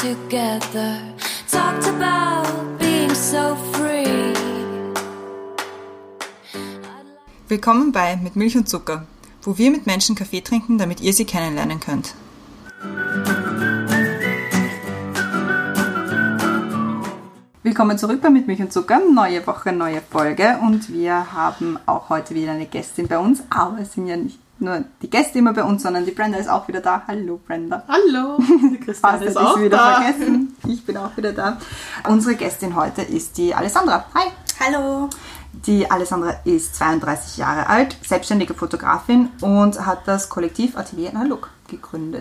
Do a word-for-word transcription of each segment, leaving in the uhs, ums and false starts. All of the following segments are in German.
together, talked about being so free. Willkommen bei Mit Milch und Zucker, wo wir mit Menschen Kaffee trinken, damit ihr sie kennenlernen könnt. Willkommen zurück bei Mit Milch und Zucker, neue Woche, neue Folge, und wir haben auch heute wieder eine Gästin bei uns, aber es sind ja nicht nur die Gäste immer bei uns, sondern die Brenda ist auch wieder da. Hallo Brenda. Hallo, die Christiane ist auch wieder da. Vergessen. Ich bin auch wieder da. Unsere Gästin heute ist die Alessandra. Hi. Hallo. Die Alessandra ist zweiunddreißig Jahre alt, selbstständige Fotografin und hat das Kollektiv Atelier Analog gegründet.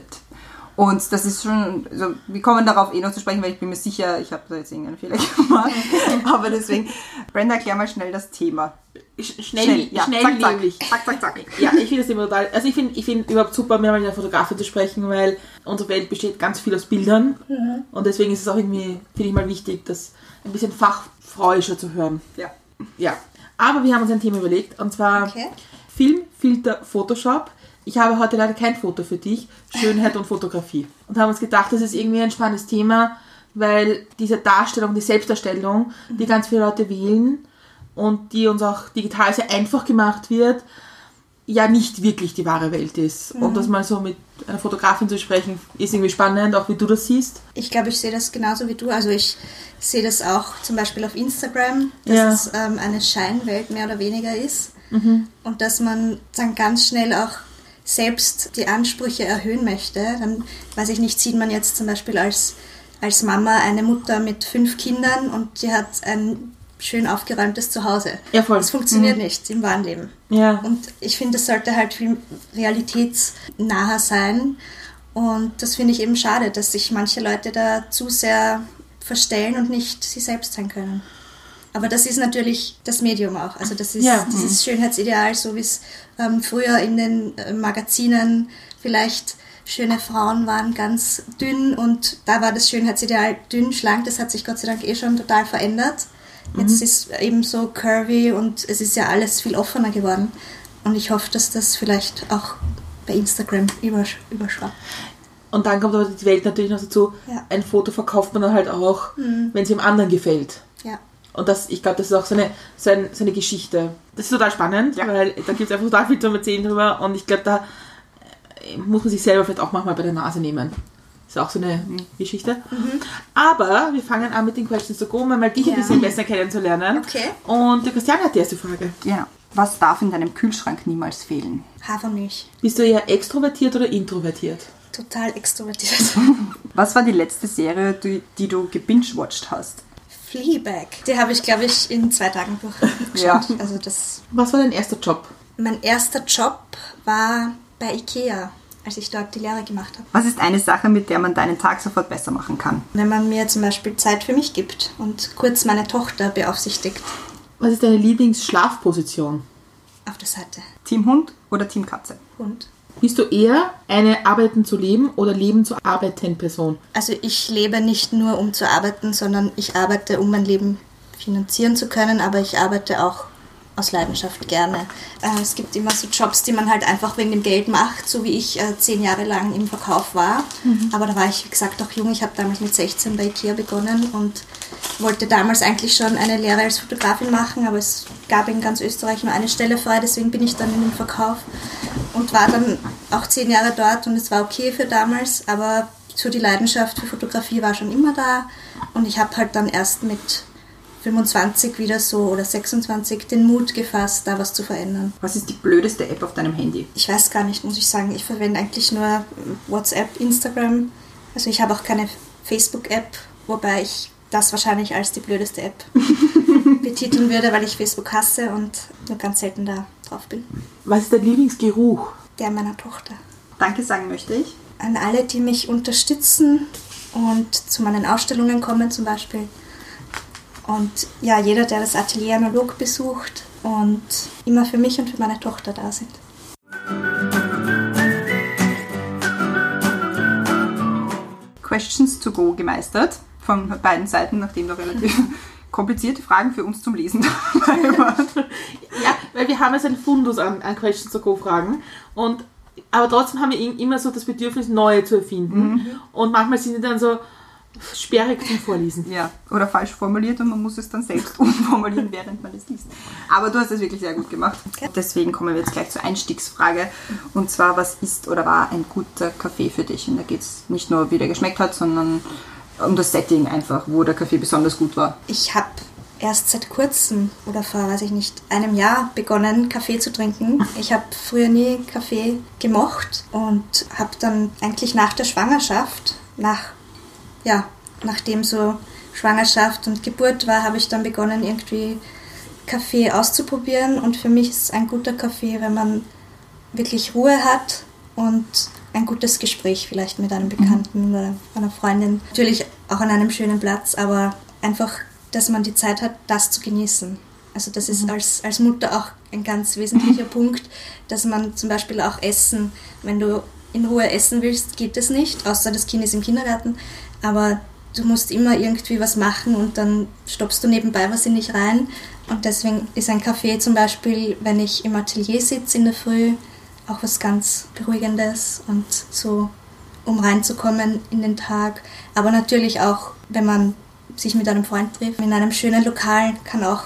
Und das ist schon, also wir kommen darauf eh noch zu sprechen, weil ich bin mir sicher, ich habe da jetzt irgendeinen Fehler gemacht. Aber deswegen, Brenda, erklär mal schnell das Thema. Sch- Schnell, schnell, ja, schnell zack, zack, nämlich. zack, zack, zack. Ja, ich finde das immer total, also ich finde ich find überhaupt super, mehr mal mit einer Fotografin zu sprechen, weil unsere Welt besteht ganz viel aus Bildern. Mhm. Und deswegen ist es auch irgendwie, finde ich mal wichtig, das ein bisschen fachfreuischer zu hören. Ja. Ja. Aber wir haben uns ein Thema überlegt, und zwar Okay. Film, Filter, Photoshop. Ich habe heute leider kein Foto für dich, Schönheit und Fotografie. Und haben uns gedacht, das ist irgendwie ein spannendes Thema, weil diese Darstellung, die Selbstdarstellung, die ganz viele Leute wählen und die uns auch digital sehr einfach gemacht wird, ja nicht wirklich die wahre Welt ist. Mhm. Und das mal so mit einer Fotografin zu sprechen, ist irgendwie spannend, auch wie du das siehst. Ich glaube, ich sehe das genauso wie du. Also ich sehe das auch zum Beispiel auf Instagram, dass Ja. es ähm, eine Scheinwelt mehr oder weniger ist. Mhm. Und dass man dann ganz schnell auch selbst die Ansprüche erhöhen möchte. Dann, weiß ich nicht, sieht man jetzt zum Beispiel als, als Mama eine Mutter mit fünf Kindern und die hat ein schön aufgeräumtes Zuhause. Ja, voll. Das funktioniert Mhm. nicht im wahren Leben. Ja. Und ich finde, es sollte halt viel realitätsnaher sein. Und das finde ich eben schade, dass sich manche Leute da zu sehr verstellen und nicht sie selbst sein können. Aber das ist natürlich das Medium auch. Also das ist Ja. dieses Schönheitsideal, so wie es ähm, früher in den äh, Magazinen vielleicht schöne Frauen waren, ganz dünn, und da war das Schönheitsideal dünn, schlank. Das hat sich Gott sei Dank eh schon total verändert. Jetzt ist eben so curvy und es ist ja alles viel offener geworden. Und ich hoffe, dass das vielleicht auch bei Instagram übersch- überschwappt. Und dann kommt aber die Welt natürlich noch dazu, Ja. ein Foto verkauft man dann halt auch, Mhm. wenn es dem anderen gefällt. Ja. Und das, ich glaube, das ist auch so eine, so, ein, so eine Geschichte. Das ist total spannend, Ja. weil da gibt es einfach total viel zu erzählen drüber, und ich glaube, da äh, muss man sich selber vielleicht auch manchmal bei der Nase nehmen. Das ist auch so eine Geschichte. Mhm. Aber wir fangen an mit den Questions to Go, um mal dich Ja. ein bisschen besser kennenzulernen. Okay. Und die Christiane hat die erste Frage. Ja. Was darf in deinem Kühlschrank niemals fehlen? Hafermilch. Bist du eher extrovertiert oder introvertiert? Total extrovertiert. Was war die letzte Serie, die, die du gebingewatcht hast? Fleabag. Die habe ich, glaube ich, in zwei Tagen durchgeschaut. Ja. Also das. Was war dein erster Job? Mein erster Job war bei Ikea, als ich dort die Lehre gemacht habe. Was ist eine Sache, mit der man deinen Tag sofort besser machen kann? Wenn man mir zum Beispiel Zeit für mich gibt und kurz meine Tochter beaufsichtigt Was ist deine Lieblingsschlafposition? auf der Seite. Team Hund oder Team Katze? Hund. Bist du eher eine Arbeiten zu leben oder Leben zu arbeiten Person? Also ich lebe nicht nur, um zu arbeiten, sondern ich arbeite, um mein Leben finanzieren zu können, aber ich arbeite auch aus Leidenschaft gerne. Äh, es gibt immer so Jobs, die man halt einfach wegen dem Geld macht, so wie ich äh, zehn Jahre lang im Verkauf war. Mhm. Aber da war ich, wie gesagt, auch jung. Ich habe damals mit sechzehn bei Ikea begonnen und wollte damals eigentlich schon eine Lehre als Fotografin machen, aber es gab in ganz Österreich nur eine Stelle frei, deswegen bin ich dann in den Verkauf und war dann auch zehn Jahre dort, und es war okay für damals, aber so die Leidenschaft für Fotografie war schon immer da, und ich habe halt dann erst mit fünfundzwanzig wieder so oder sechsundzwanzig den Mut gefasst, da was zu verändern. Was ist die blödeste App auf deinem Handy? Ich weiß gar nicht, muss ich sagen. Ich verwende eigentlich nur WhatsApp, Instagram. Also ich habe auch keine Facebook-App, wobei ich das wahrscheinlich als die blödeste App betiteln würde, weil ich Facebook hasse und nur ganz selten da drauf bin. Was ist dein Lieblingsgeruch? Der meiner Tochter. Danke sagen möchte ich. An alle, die mich unterstützen und zu meinen Ausstellungen kommen zum Beispiel. Und ja, jeder, der das Atelier Analog besucht und immer für mich und für meine Tochter da sind. Questions to go gemeistert. Von beiden Seiten, nachdem da relativ komplizierte Fragen für uns zum Lesen dabei waren. Ja, weil wir haben jetzt einen Fundus an, an Questions to Go Fragen, und aber trotzdem haben wir immer so das Bedürfnis, neue zu erfinden. Mhm. Und manchmal sind die dann so, sperrig zum Vorlesen. Ja, oder falsch formuliert und man muss es dann selbst umformulieren, während man es liest. Aber du hast es wirklich sehr gut gemacht. Okay. Deswegen kommen wir jetzt gleich zur Einstiegsfrage. Und zwar, was ist oder war ein guter Kaffee für dich? Und da geht es nicht nur, wie der geschmeckt hat, sondern um das Setting einfach, wo der Kaffee besonders gut war. Ich habe erst seit kurzem oder vor, weiß ich nicht, einem Jahr begonnen, Kaffee zu trinken. Ich habe früher nie Kaffee gemocht und habe dann eigentlich nach der Schwangerschaft, nach, ja, nachdem so Schwangerschaft und Geburt war, habe ich dann begonnen, irgendwie Kaffee auszuprobieren. Und für mich ist ein guter Kaffee, wenn man wirklich Ruhe hat und ein gutes Gespräch vielleicht mit einem Bekannten oder einer Freundin. Natürlich auch an einem schönen Platz, aber einfach, dass man die Zeit hat, das zu genießen. Also das ist als, als Mutter auch ein ganz wesentlicher Punkt, dass man zum Beispiel auch Essen, wenn du in Ruhe essen willst, geht es nicht, außer das Kind ist im Kindergarten, aber du musst immer irgendwie was machen und dann stoppst du nebenbei was in dich rein. Und deswegen ist ein Kaffee zum Beispiel, wenn ich im Atelier sitze in der Früh, auch was ganz Beruhigendes und so, um reinzukommen in den Tag. Aber natürlich auch, wenn man sich mit einem Freund trifft, in einem schönen Lokal, kann auch,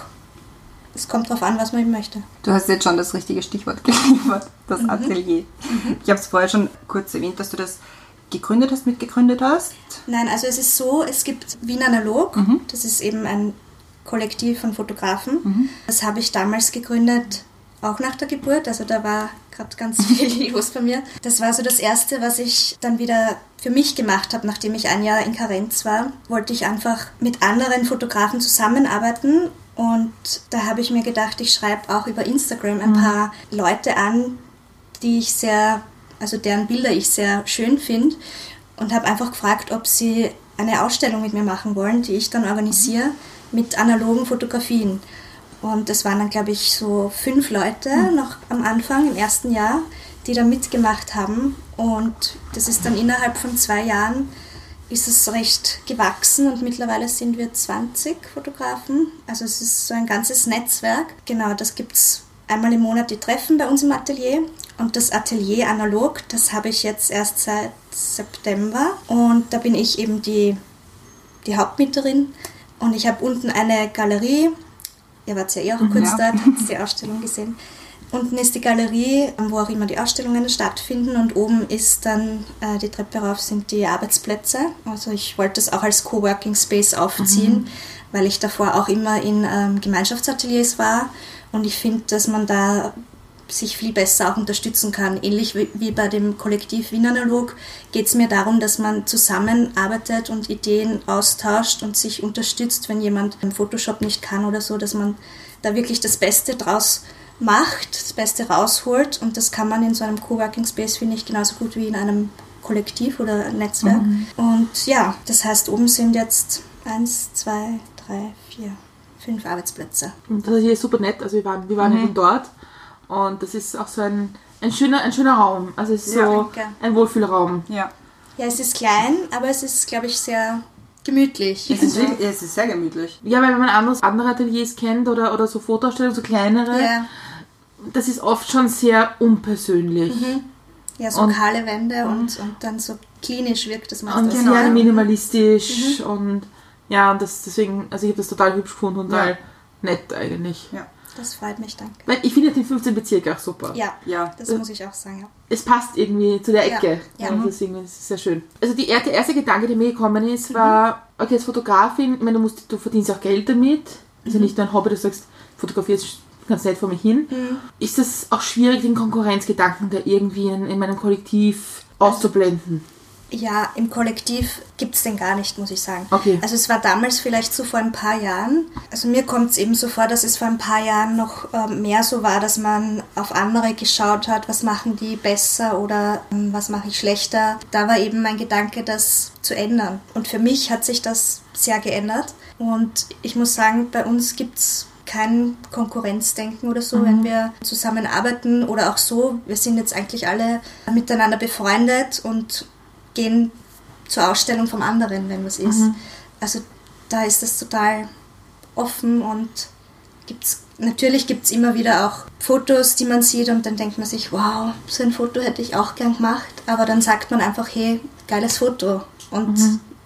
es kommt darauf an, was man eben möchte. Du hast jetzt schon das richtige Stichwort geliefert, das Mhm. Atelier. Ich habe es vorher schon kurz erwähnt, dass du das gegründet hast, mitgegründet hast. Nein, also es ist so, es gibt Wien Analog, Mhm. das ist eben ein Kollektiv von Fotografen. Mhm. Das habe ich damals gegründet, auch nach der Geburt, also da war gerade ganz viel los bei mir. Das war so das Erste, was ich dann wieder für mich gemacht habe, nachdem ich ein Jahr in Karenz war, wollte ich einfach mit anderen Fotografen zusammenarbeiten und da habe ich mir gedacht, ich schreibe auch über Instagram ein paar Leute an, die ich sehr, also deren Bilder ich sehr schön finde und habe einfach gefragt, ob sie eine Ausstellung mit mir machen wollen, die ich dann organisiere mit analogen Fotografien. Und das waren dann, glaube ich, so fünf Leute noch am Anfang, im ersten Jahr, die da mitgemacht haben. Und das ist dann innerhalb von zwei Jahren, ist es recht gewachsen und mittlerweile sind wir zwanzig Fotografen. Also es ist so ein ganzes Netzwerk. Genau, das gibt es einmal im Monat die Treffen bei uns im Atelier. Und das Atelier Analog, das habe ich jetzt erst seit September. Und da bin ich eben die, die Hauptmieterin. Und ich habe unten eine Galerie. Ihr wart ja eh auch kurz Ja. da, habt die Ausstellung gesehen. Unten ist die Galerie, wo auch immer die Ausstellungen stattfinden und oben ist dann äh, die Treppe rauf sind die Arbeitsplätze. Also ich wollte das auch als Coworking Space aufziehen, mhm. weil ich davor auch immer in ähm, Gemeinschaftsateliers war und ich finde, dass man da sich viel besser auch unterstützen kann. Ähnlich wie, wie bei dem Kollektiv Wien Analog geht es mir darum, dass man zusammenarbeitet und Ideen austauscht und sich unterstützt, wenn jemand im Photoshop nicht kann oder so, dass man da wirklich das Beste draus macht, das Beste rausholt und das kann man in so einem Coworking Space, finde ich, genauso gut wie in einem Kollektiv oder Netzwerk. Mhm. Und ja, das heißt, oben sind jetzt eins, zwei, drei, vier, fünf Arbeitsplätze. Und das hier ist super nett, also wir waren, wir waren Mhm. eben dort und das ist auch so ein, ein, schöner, ein schöner Raum, also es ist Ja, so danke. ein Wohlfühlraum. Ja. Ja, es ist klein, aber es ist, glaube ich, sehr gemütlich. Es ist, wirklich- es ist sehr gemütlich. Ja, weil wenn man anderes, andere Ateliers kennt oder, oder so Fotoausstellungen, so kleinere, Ja, das ist oft schon sehr unpersönlich. Mhm. ja so Und- kahle Wände und, und dann so klinisch wirkt das Und meistens. Genau. sehr minimalistisch und ja, und das, deswegen, also ich habe das total hübsch gefunden und total Ja. nett eigentlich. Ja. Das freut mich, danke. Weil ich finde den fünfzehnten Bezirk auch super. Ja, Ja. das muss ich auch sagen. Ja. Es passt irgendwie zu der Ja, Ecke. ja. Und deswegen ist es sehr schön. Also die, der erste Gedanke, der mir gekommen ist, war, okay, als Fotografin, ich meine, du, musst, du verdienst auch Geld damit. Ist ja nicht nur ein Hobby, dass du sagst, fotografierst ganz nett vor mich hin. Mhm. Ist es auch schwierig, den Konkurrenzgedanken da irgendwie in, in meinem Kollektiv auszublenden? Ja, im Kollektiv gibt es den gar nicht, muss ich sagen. Okay. Also es war damals vielleicht so vor ein paar Jahren. Also mir kommt es eben so vor, dass es vor ein paar Jahren noch ähm, mehr so war, dass man auf andere geschaut hat, was machen die besser oder ähm, was mache ich schlechter. Da war eben mein Gedanke, das zu ändern. Und für mich hat sich das sehr geändert. Und ich muss sagen, bei uns gibt es kein Konkurrenzdenken oder so, mhm. wenn wir zusammenarbeiten oder auch so. Wir sind jetzt eigentlich alle miteinander befreundet und gehen zur Ausstellung vom anderen, wenn was ist. Mhm. Also da ist das total offen und gibt's, natürlich gibt es immer wieder auch Fotos, die man sieht und dann denkt man sich, wow, so ein Foto hätte ich auch gern gemacht, aber dann sagt man einfach, hey, geiles Foto und Mhm.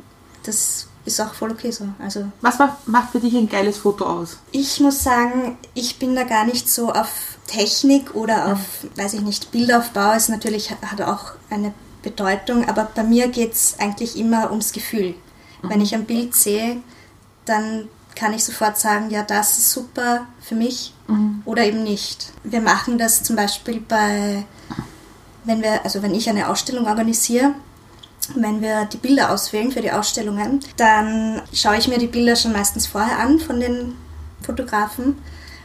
das ist auch voll okay so. Also Was macht, macht für dich ein geiles Foto aus? ich muss sagen, ich bin da gar nicht so auf Technik oder auf, weiß ich nicht, Bildaufbau ist natürlich, hat auch eine Bedeutung, aber bei mir geht es eigentlich immer ums Gefühl. Mhm. Wenn ich ein Bild sehe, dann kann ich sofort sagen, ja, das ist super für mich mhm. oder eben nicht. Wir machen das zum Beispiel bei, wenn wir, also wenn ich eine Ausstellung organisiere, wenn wir die Bilder auswählen für die Ausstellungen, dann schaue ich mir die Bilder schon meistens vorher an von den Fotografen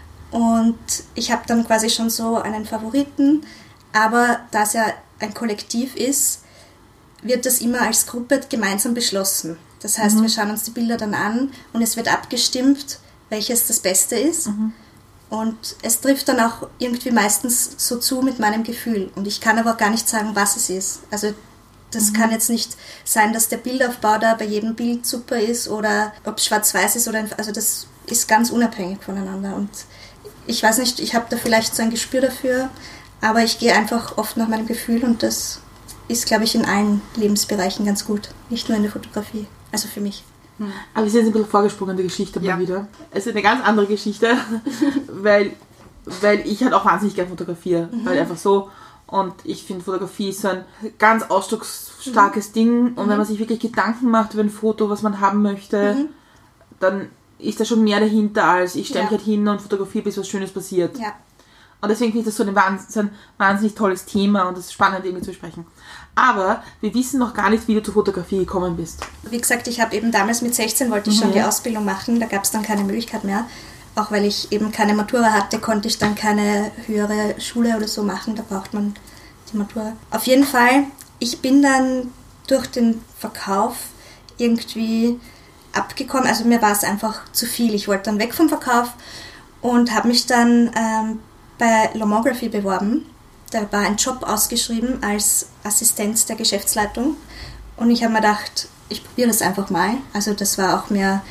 und ich habe dann quasi schon so einen Favoriten, aber da es ja ein Kollektiv ist, wird das immer als Gruppe gemeinsam beschlossen. Das heißt, mhm. wir schauen uns die Bilder dann an und es wird abgestimmt, welches das Beste ist. Mhm. Und es trifft dann auch irgendwie meistens so zu mit meinem Gefühl. Und ich kann aber auch gar nicht sagen, was es ist. Also das mhm. kann jetzt nicht sein, dass der Bildaufbau da bei jedem Bild super ist oder ob es schwarz-weiß ist. Oder also das ist ganz unabhängig voneinander. Und ich weiß nicht, ich habe da vielleicht so ein Gespür dafür, aber ich gehe einfach oft nach meinem Gefühl und das ist, glaube ich, in allen Lebensbereichen ganz gut. Nicht nur in der Fotografie. Also für mich. Aber wir sind jetzt ein bisschen vorgesprungen in der Geschichte ja. mal wieder. Es ist eine ganz andere Geschichte, weil, weil ich halt auch wahnsinnig gerne fotografiere. Mhm. Weil einfach so, und ich finde Fotografie ist so ein ganz ausdrucksstarkes mhm. Ding und mhm. wenn man sich wirklich Gedanken macht über ein Foto, was man haben möchte, mhm. dann ist da schon mehr dahinter, als ich stelle ja. mich halt hin und fotografiere, bis was Schönes passiert. Ja. Und deswegen finde ich das so ein, wahnsinnig, so ein wahnsinnig tolles Thema und es ist spannend, irgendwie zu besprechen. Aber wir wissen noch gar nicht, wie du zur Fotografie gekommen bist. Wie gesagt, ich habe eben damals mit sechzehn wollte ich mhm. schon die Ausbildung machen, da gab es dann keine Möglichkeit mehr. Auch weil ich eben keine Matura hatte, konnte ich dann keine höhere Schule oder so machen, da braucht man die Matura. Auf jeden Fall, ich bin dann durch den Verkauf irgendwie abgekommen, also mir war es einfach zu viel. Ich wollte dann weg vom Verkauf und habe mich dann ähm, bei Lomography beworben. Da war ein Job ausgeschrieben als Assistenz der Geschäftsleitung und ich habe mir gedacht, ich probiere das einfach mal. Also das war auch mehr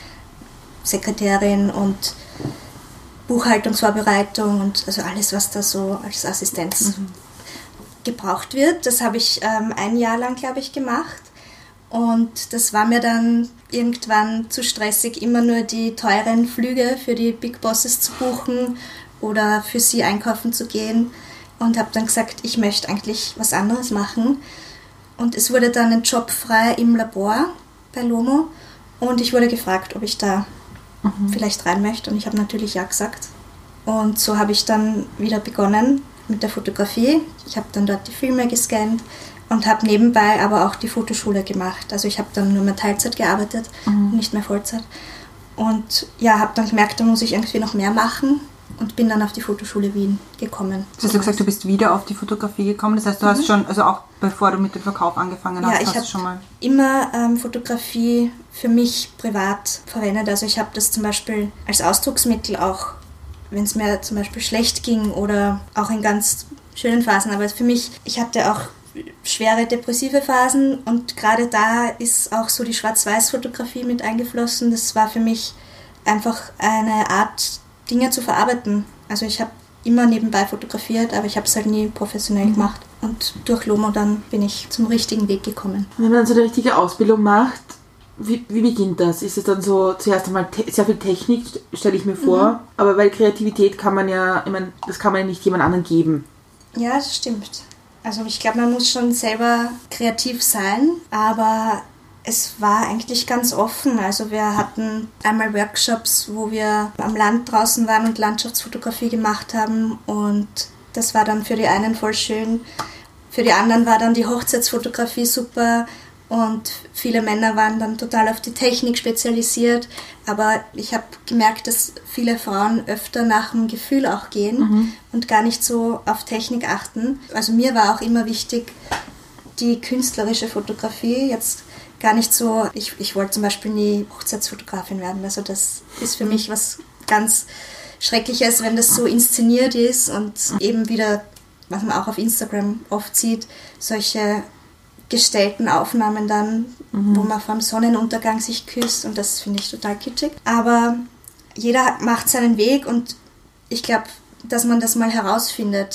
Sekretärin und Buchhaltungsvorbereitung und also alles, was da so als Assistenz mhm. gebraucht wird. Das habe ich ähm, ein Jahr lang, glaube ich, gemacht und das war mir dann irgendwann zu stressig, immer nur die teuren Flüge für die Big Bosses zu buchen oder für sie einkaufen zu gehen und habe dann gesagt, ich möchte eigentlich was anderes machen. Und es wurde dann ein Job frei im Labor bei Lomo und ich wurde gefragt, ob ich da mhm. vielleicht rein möchte und ich habe natürlich ja gesagt. Und so habe ich dann wieder begonnen mit der Fotografie. Ich habe dann dort die Filme gescannt und habe nebenbei aber auch die Fotoschule gemacht. Also ich habe dann nur mehr Teilzeit gearbeitet, mhm. nicht mehr Vollzeit. Und ja, habe dann gemerkt, da muss ich irgendwie noch mehr machen. Und bin dann auf die Fotoschule Wien gekommen. Du hast ja gesagt, du bist wieder auf die Fotografie gekommen. Das heißt, du mhm. hast schon, also auch bevor du mit dem Verkauf angefangen hast, ja, ich hast du schon mal... immer ähm, Fotografie für mich privat verwendet. Also ich habe das zum Beispiel als Ausdrucksmittel auch, wenn es mir zum Beispiel schlecht ging oder auch in ganz schönen Phasen. Aber für mich, ich hatte auch schwere depressive Phasen und gerade da ist auch so die Schwarz-Weiß-Fotografie mit eingeflossen. Das war für mich einfach eine Art, Dinge zu verarbeiten. Also ich habe immer nebenbei fotografiert, aber ich habe es halt nie professionell mhm. gemacht. Und durch Lomo dann bin ich zum richtigen Weg gekommen. Wenn man dann so eine richtige Ausbildung macht, wie, wie beginnt das? Ist es dann so zuerst einmal te- sehr viel Technik, stelle ich mir vor, mhm. aber weil Kreativität kann man ja, ich meine, das kann man ja nicht jemand anderem geben. Ja, das stimmt. Also ich glaube, man muss schon selber kreativ sein, aber es war eigentlich ganz offen. Also wir hatten einmal Workshops, wo wir am Land draußen waren und Landschaftsfotografie gemacht haben und das war dann für die einen voll schön. Für die anderen war dann die Hochzeitsfotografie super und viele Männer waren dann total auf die Technik spezialisiert. Aber ich habe gemerkt, dass viele Frauen öfter nach dem Gefühl auch gehen mhm. und gar nicht so auf Technik achten. Also mir war auch immer wichtig, die künstlerische Fotografie jetzt gar nicht so, ich, ich wollte zum Beispiel nie Hochzeitsfotografin werden, also das ist für mich was ganz Schreckliches, wenn das so inszeniert ist und eben wieder, was man auch auf Instagram oft sieht, solche gestellten Aufnahmen dann, mhm. wo man vom Sonnenuntergang sich küsst und das finde ich total kitschig. Aber jeder macht seinen Weg und ich glaube, dass man das mal herausfindet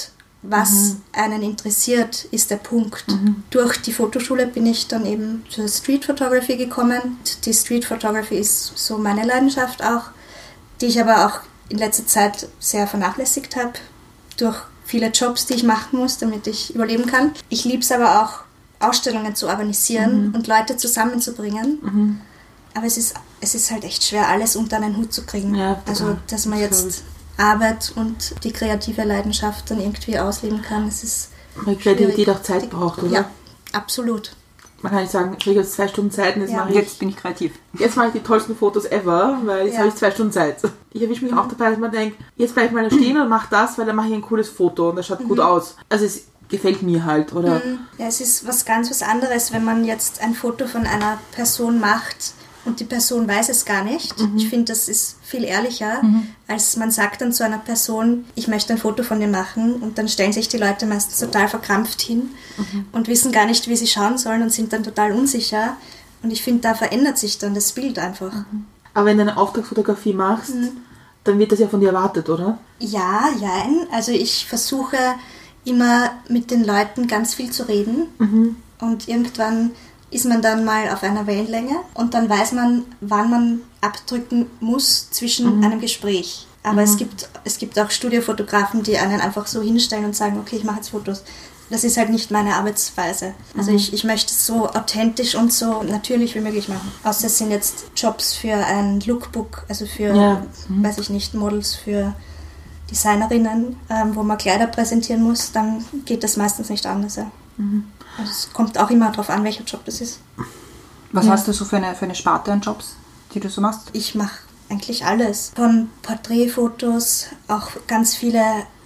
was Mhm. einen interessiert, ist der Punkt. Mhm. Durch die Fotoschule bin ich dann eben zur Street Photography gekommen. Die Street Photography ist so meine Leidenschaft auch, die ich aber auch in letzter Zeit sehr vernachlässigt habe, durch viele Jobs, die ich machen muss, damit ich überleben kann. Ich liebe es aber auch, Ausstellungen zu organisieren Mhm. und Leute zusammenzubringen. Mhm. Aber es ist, es ist halt echt schwer, alles unter einen Hut zu kriegen. Ja, total. Also, dass man Das glaub jetzt Arbeit und die kreative Leidenschaft dann irgendwie ausleben kann. Es ist Weil Kreativität schwierig. auch Zeit braucht, oder? Ja, absolut. Man kann nicht sagen, ich habe jetzt zwei Stunden Zeit und jetzt Ja. mache ich, Jetzt bin ich kreativ. jetzt mache ich die tollsten Fotos ever, weil jetzt Ja. habe ich zwei Stunden Zeit. Ich erwische mich auch dabei, dass man denkt, jetzt bleibe ich mal da stehen und mache das, weil dann mache ich ein cooles Foto und das schaut gut aus. Also es gefällt mir halt, oder? Ja, es ist was ganz was anderes, wenn man jetzt ein Foto von einer Person macht und die Person weiß es gar nicht. Ich finde, das ist viel ehrlicher, als man sagt dann zu einer Person, ich möchte ein Foto von dir machen und dann stellen sich die Leute meistens total verkrampft hin und wissen gar nicht, wie sie schauen sollen und sind dann total unsicher. Und ich finde, da verändert sich dann das Bild einfach. Aber wenn du eine Auftragsfotografie machst, dann wird das ja von dir erwartet, oder? Ja, jein. Also ich versuche immer mit den Leuten ganz viel zu reden und irgendwann ist man dann mal auf einer Wellenlänge und dann weiß man, wann man abdrücken muss zwischen einem Gespräch. Aber es gibt, es gibt auch Studiofotografen, die einen einfach so hinstellen und sagen, okay, ich mache jetzt Fotos. Das ist halt nicht meine Arbeitsweise. Also ich, ich möchte es so authentisch und so natürlich wie möglich machen. Außer es sind jetzt Jobs für ein Lookbook, also für, Ja. weiß ich nicht, Models, für Designerinnen, ähm, wo man Kleider präsentieren muss, dann geht das meistens nicht anders. Ja. Also es kommt auch immer darauf an, welcher Job das ist. Was Ja. hast du so für eine, für eine Sparte an Jobs, die du so machst? Ich mache eigentlich alles. Von Porträtfotos, auch ganz viele,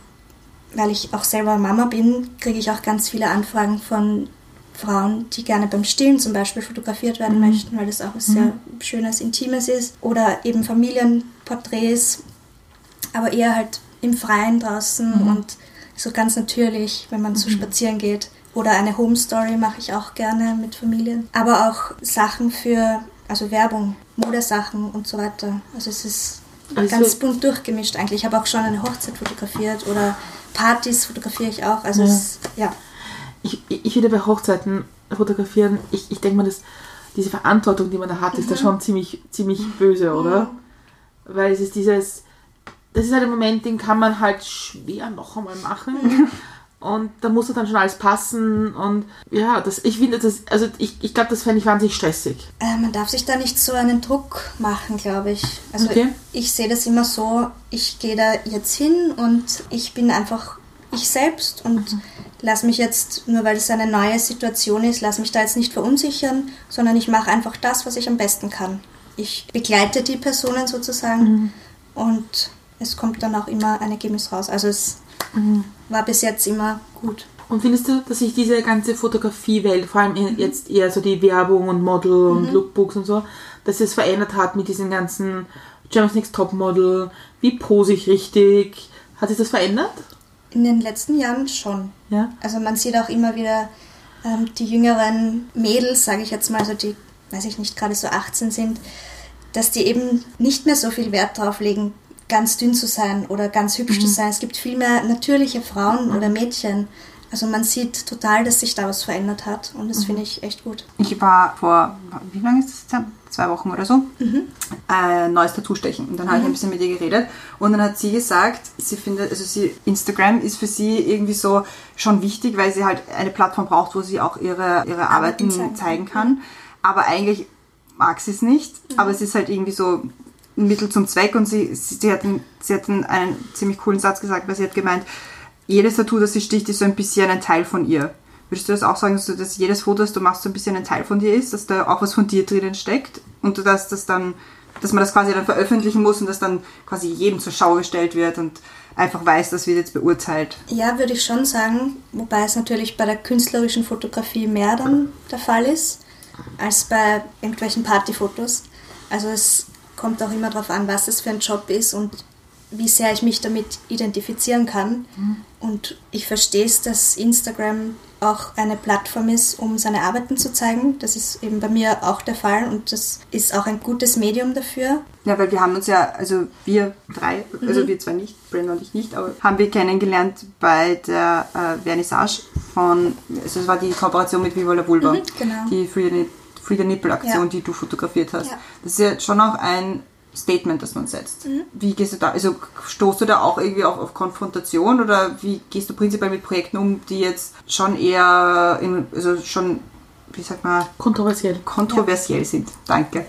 weil ich auch selber Mama bin, kriege ich auch ganz viele Anfragen von Frauen, die gerne beim Stillen zum Beispiel fotografiert werden möchten, weil das auch was sehr Schönes, Intimes ist. Oder eben Familienporträts, aber eher halt im Freien draußen und so ganz natürlich, wenn man so spazieren geht. Oder eine Home Story mache ich auch gerne mit Familien. Aber auch Sachen für, also Werbung, Modesachen und so weiter. Also es ist Also- ganz bunt durchgemischt eigentlich. Ich habe auch schon eine Hochzeit fotografiert oder Partys fotografiere ich auch. Also Ja. es, ja. Ich, ich ich würde bei Hochzeiten fotografieren, ich, ich denke mal, dass diese Verantwortung, die man da hat, ist da schon ziemlich, ziemlich böse, oder? Weil es ist dieses, das ist halt ein Moment, den kann man halt schwer noch einmal machen. Und da muss dann schon alles passen. Und ja, das, ich finde das, also ich, ich glaube, das fände ich wahnsinnig stressig. Äh, man darf sich da nicht so einen Druck machen, glaube ich. Also Okay. ich, ich sehe das immer so, ich gehe da jetzt hin und ich bin einfach ich selbst und lass mich jetzt, nur weil es eine neue Situation ist, lass mich da jetzt nicht verunsichern, sondern ich mache einfach das, was ich am besten kann. Ich begleite die Personen sozusagen und es kommt dann auch immer ein Ergebnis raus. Also es war bis jetzt immer gut. Und findest du, dass sich diese ganze Fotografiewelt, vor allem jetzt eher so die Werbung und Model und Lookbooks und so, dass es verändert hat mit diesen ganzen Germany's Next Topmodel, wie pose ich richtig? Hat sich das verändert? In den letzten Jahren schon. Ja. Also man sieht auch immer wieder ähm, die jüngeren Mädels, sage ich jetzt mal, also die, weiß ich nicht, gerade so achtzehn sind, dass die eben nicht mehr so viel Wert drauf legen, ganz dünn zu sein oder ganz hübsch zu sein. Es gibt viel mehr natürliche Frauen oder Mädchen. Also man sieht total, dass sich da was verändert hat und das finde ich echt gut. Ich war vor, wie lange ist das? Zwei Wochen oder so, äh, neues Tattoo stechen. Und dann habe ich ein bisschen mit ihr geredet und dann hat sie gesagt, sie findet, also sie, Instagram ist für sie irgendwie so schon wichtig, weil sie halt eine Plattform braucht, wo sie auch ihre, ihre Arbeiten zeigen. zeigen kann. Aber eigentlich mag sie es nicht, aber es ist halt irgendwie so ein Mittel zum Zweck und sie, sie, sie hat, einen, sie hat einen, einen ziemlich coolen Satz gesagt, weil sie hat gemeint, jedes Tattoo, das sie sticht, ist so ein bisschen ein Teil von ihr. Würdest du das auch sagen, dass, du, dass jedes Foto, das du machst, so ein bisschen ein Teil von dir ist, dass da auch was von dir drinnen steckt und dass das dann, dass man das quasi dann veröffentlichen muss und das dann quasi jedem zur Schau gestellt wird und einfach weiß, das wird jetzt beurteilt? Ja, würde ich schon sagen, wobei es natürlich bei der künstlerischen Fotografie mehr dann der Fall ist, als bei irgendwelchen Partyfotos. Also es kommt auch immer darauf an, was es für ein Job ist und wie sehr ich mich damit identifizieren kann. Und ich verstehe es, dass Instagram auch eine Plattform ist, um seine Arbeiten zu zeigen. Das ist eben bei mir auch der Fall und das ist auch ein gutes Medium dafür. Ja, weil wir haben uns ja, also wir drei, also mhm. wir zwar nicht, Brenda und ich nicht, aber haben wir kennengelernt bei der äh, Vernissage von, also es war die Kooperation mit Viva la Vulva, mhm, genau. die Free the, Free the Nipple Aktion, ja. die du fotografiert hast. Ja. Das ist ja schon auch ein Statement, das man setzt. Mhm. Wie gehst du da, also stoßt du da auch irgendwie auf, auf Konfrontation oder wie gehst du prinzipiell mit Projekten um, die jetzt schon eher, in, also schon, wie sagt man, kontroversiell, kontroversiell ja. sind? Danke.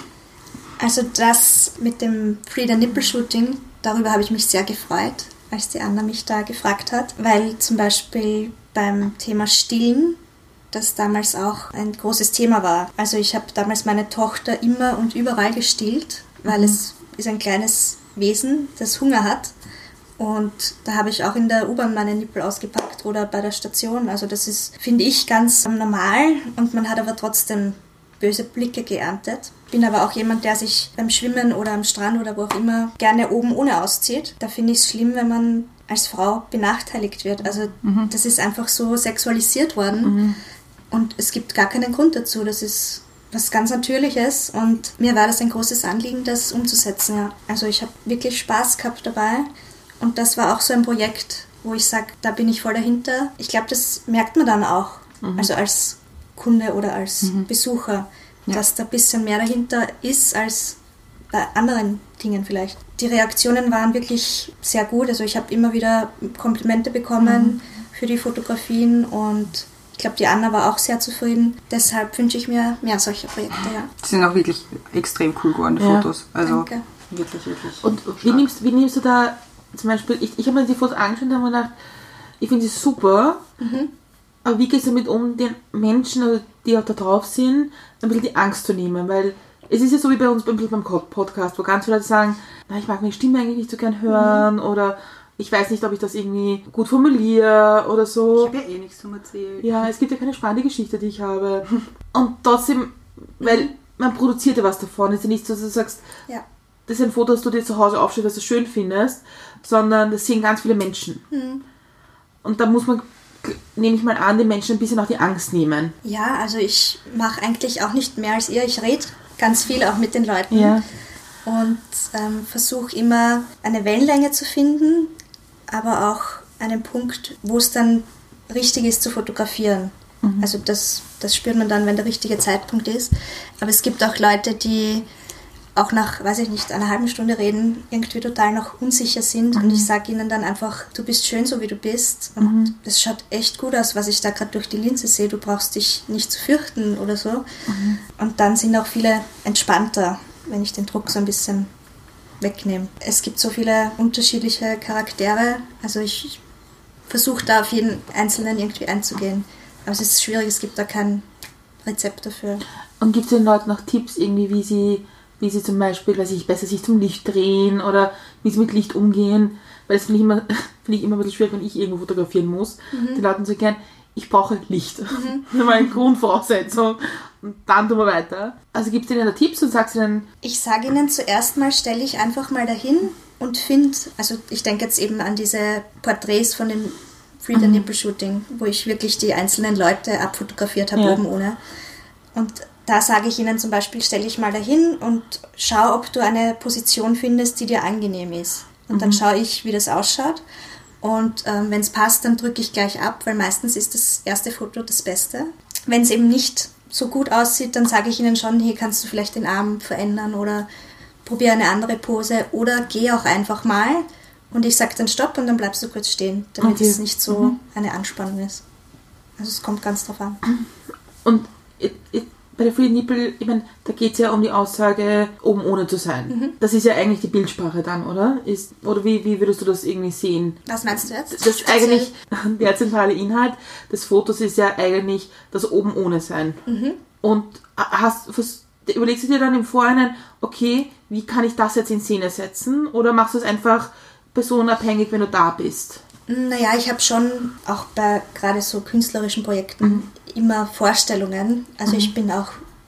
Also das mit dem Free the Nipple Shooting, darüber habe ich mich sehr gefreut, als die Anna mich da gefragt hat, weil zum Beispiel beim Thema Stillen das damals auch ein großes Thema war. Also ich habe damals meine Tochter immer und überall gestillt, weil mhm. es ist ein kleines Wesen, das Hunger hat. Und da habe ich auch in der U-Bahn meine Nippel ausgepackt oder bei der Station. Also das ist, finde ich, ganz normal und man hat aber trotzdem böse Blicke geerntet. Bin aber auch jemand, der sich beim Schwimmen oder am Strand oder wo auch immer gerne oben ohne auszieht. Da finde ich es schlimm, wenn man als Frau benachteiligt wird. Also mhm. das ist einfach so sexualisiert worden. Mhm. Und es gibt gar keinen Grund dazu. Das ist was ganz Natürliches und mir war das ein großes Anliegen, das umzusetzen. Ja. Also ich habe wirklich Spaß gehabt dabei und das war auch so ein Projekt, wo ich sage, da bin ich voll dahinter. Ich glaube, das merkt man dann auch, mhm. also als Kunde oder als mhm. Besucher, ja. dass da ein bisschen mehr dahinter ist als bei anderen Dingen vielleicht. Die Reaktionen waren wirklich sehr gut. Also ich habe immer wieder Komplimente bekommen mhm. für die Fotografien und ich glaube, die Anna war auch sehr zufrieden. Deshalb wünsche ich mir mehr solche Projekte, ja. Die sind auch wirklich extrem cool geworden, die ja. Fotos. Also Danke. wirklich, wirklich. Und wie nimmst, wie nimmst du da zum Beispiel, ich, ich habe mir die Fotos angeschaut und habe mir gedacht, ich finde sie super, mhm. aber wie gehst du damit um, den Menschen, die auch da drauf sind, ein bisschen die Angst zu nehmen? Weil es ist ja so wie bei uns beim Podcast, wo ganz viele Leute sagen, na, ich mag meine Stimme eigentlich nicht so gern hören mhm. oder ich weiß nicht, ob ich das irgendwie gut formuliere oder so. Ich habe ja eh nichts zum Erzählen. Ja, es gibt ja keine spannende Geschichte, die ich habe. Und trotzdem, weil man produziert ja was davon. Es ist ja nicht so, dass du sagst, ja. das ist ein Foto, das du dir zu Hause aufstellst, was du schön findest, sondern das sehen ganz viele Menschen. Mhm. Und da muss man, nehme ich mal an, den Menschen ein bisschen auch die Angst nehmen. Ja, also ich mache eigentlich auch nicht mehr als ihr. Ich rede ganz viel auch mit den Leuten. Ja. Und ähm, versuche immer eine Wellenlänge zu finden, aber auch einen Punkt, wo es dann richtig ist zu fotografieren. Mhm. Also das, das spürt man dann, wenn der richtige Zeitpunkt ist. Aber es gibt auch Leute, die auch nach, weiß ich nicht, einer halben Stunde reden, irgendwie total noch unsicher sind. Mhm. Und ich sage ihnen dann einfach, du bist schön, so wie du bist. Und mhm. das schaut echt gut aus, was ich da gerade durch die Linse sehe. Du brauchst dich nicht zu fürchten oder so. Mhm. Und dann sind auch viele entspannter, wenn ich den Druck so ein bisschen wegnehme. Es gibt so viele unterschiedliche Charaktere, also ich versuche da auf jeden Einzelnen irgendwie einzugehen. Aber es ist schwierig, es gibt da kein Rezept dafür. Und gibt es den Leuten noch Tipps, irgendwie, wie sie, wie sie zum Beispiel, weiß ich, besser sich zum Licht drehen oder wie sie mit Licht umgehen? Weil das finde ich, immer, find ich immer ein bisschen schwierig, wenn ich irgendwo fotografieren muss. Mhm. Die Leute so gern, ich brauche Licht. Mhm. Das ist meine Grundvoraussetzung. Und dann tun wir weiter. Also gibst du ihnen da Tipps und sagst ihnen... Ich sage ihnen zuerst mal, stelle ich einfach mal dahin und finde, also ich denke jetzt eben an diese Porträts von dem Free the Nipple Shooting, wo ich wirklich die einzelnen Leute abfotografiert habe, ja. oben ohne. Und da sage ich ihnen zum Beispiel, stelle ich mal dahin und schau, ob du eine Position findest, die dir angenehm ist. Und mhm. dann schaue ich, wie das ausschaut. Und ähm, wenn es passt, dann drücke ich gleich ab, weil meistens ist das erste Foto das Beste. Wenn es eben nicht so gut aussieht, dann sage ich ihnen schon, hier kannst du vielleicht den Arm verändern oder probiere eine andere Pose oder geh auch einfach mal und ich sage dann Stopp und dann bleibst du kurz stehen, damit okay. es nicht so mhm. eine Anspannung ist. Also es kommt ganz drauf an. Und it, it, bei der Free Nipple, ich meine, da geht es ja um die Aussage, oben ohne zu sein. Mhm. Das ist ja eigentlich die Bildsprache dann, oder? Ist, oder wie, wie würdest du das irgendwie sehen? Was meinst du jetzt? Das ist eigentlich, der zentrale Inhalt des Fotos ist ja eigentlich das oben ohne sein. Mhm. Und hast, überlegst du dir dann im Vorhinein, okay, wie kann ich das jetzt in Szene setzen? Oder machst du es einfach personenabhängig, wenn du da bist? Naja, ich habe schon auch bei gerade so künstlerischen Projekten mhm. immer Vorstellungen. Also mhm. ich bin auch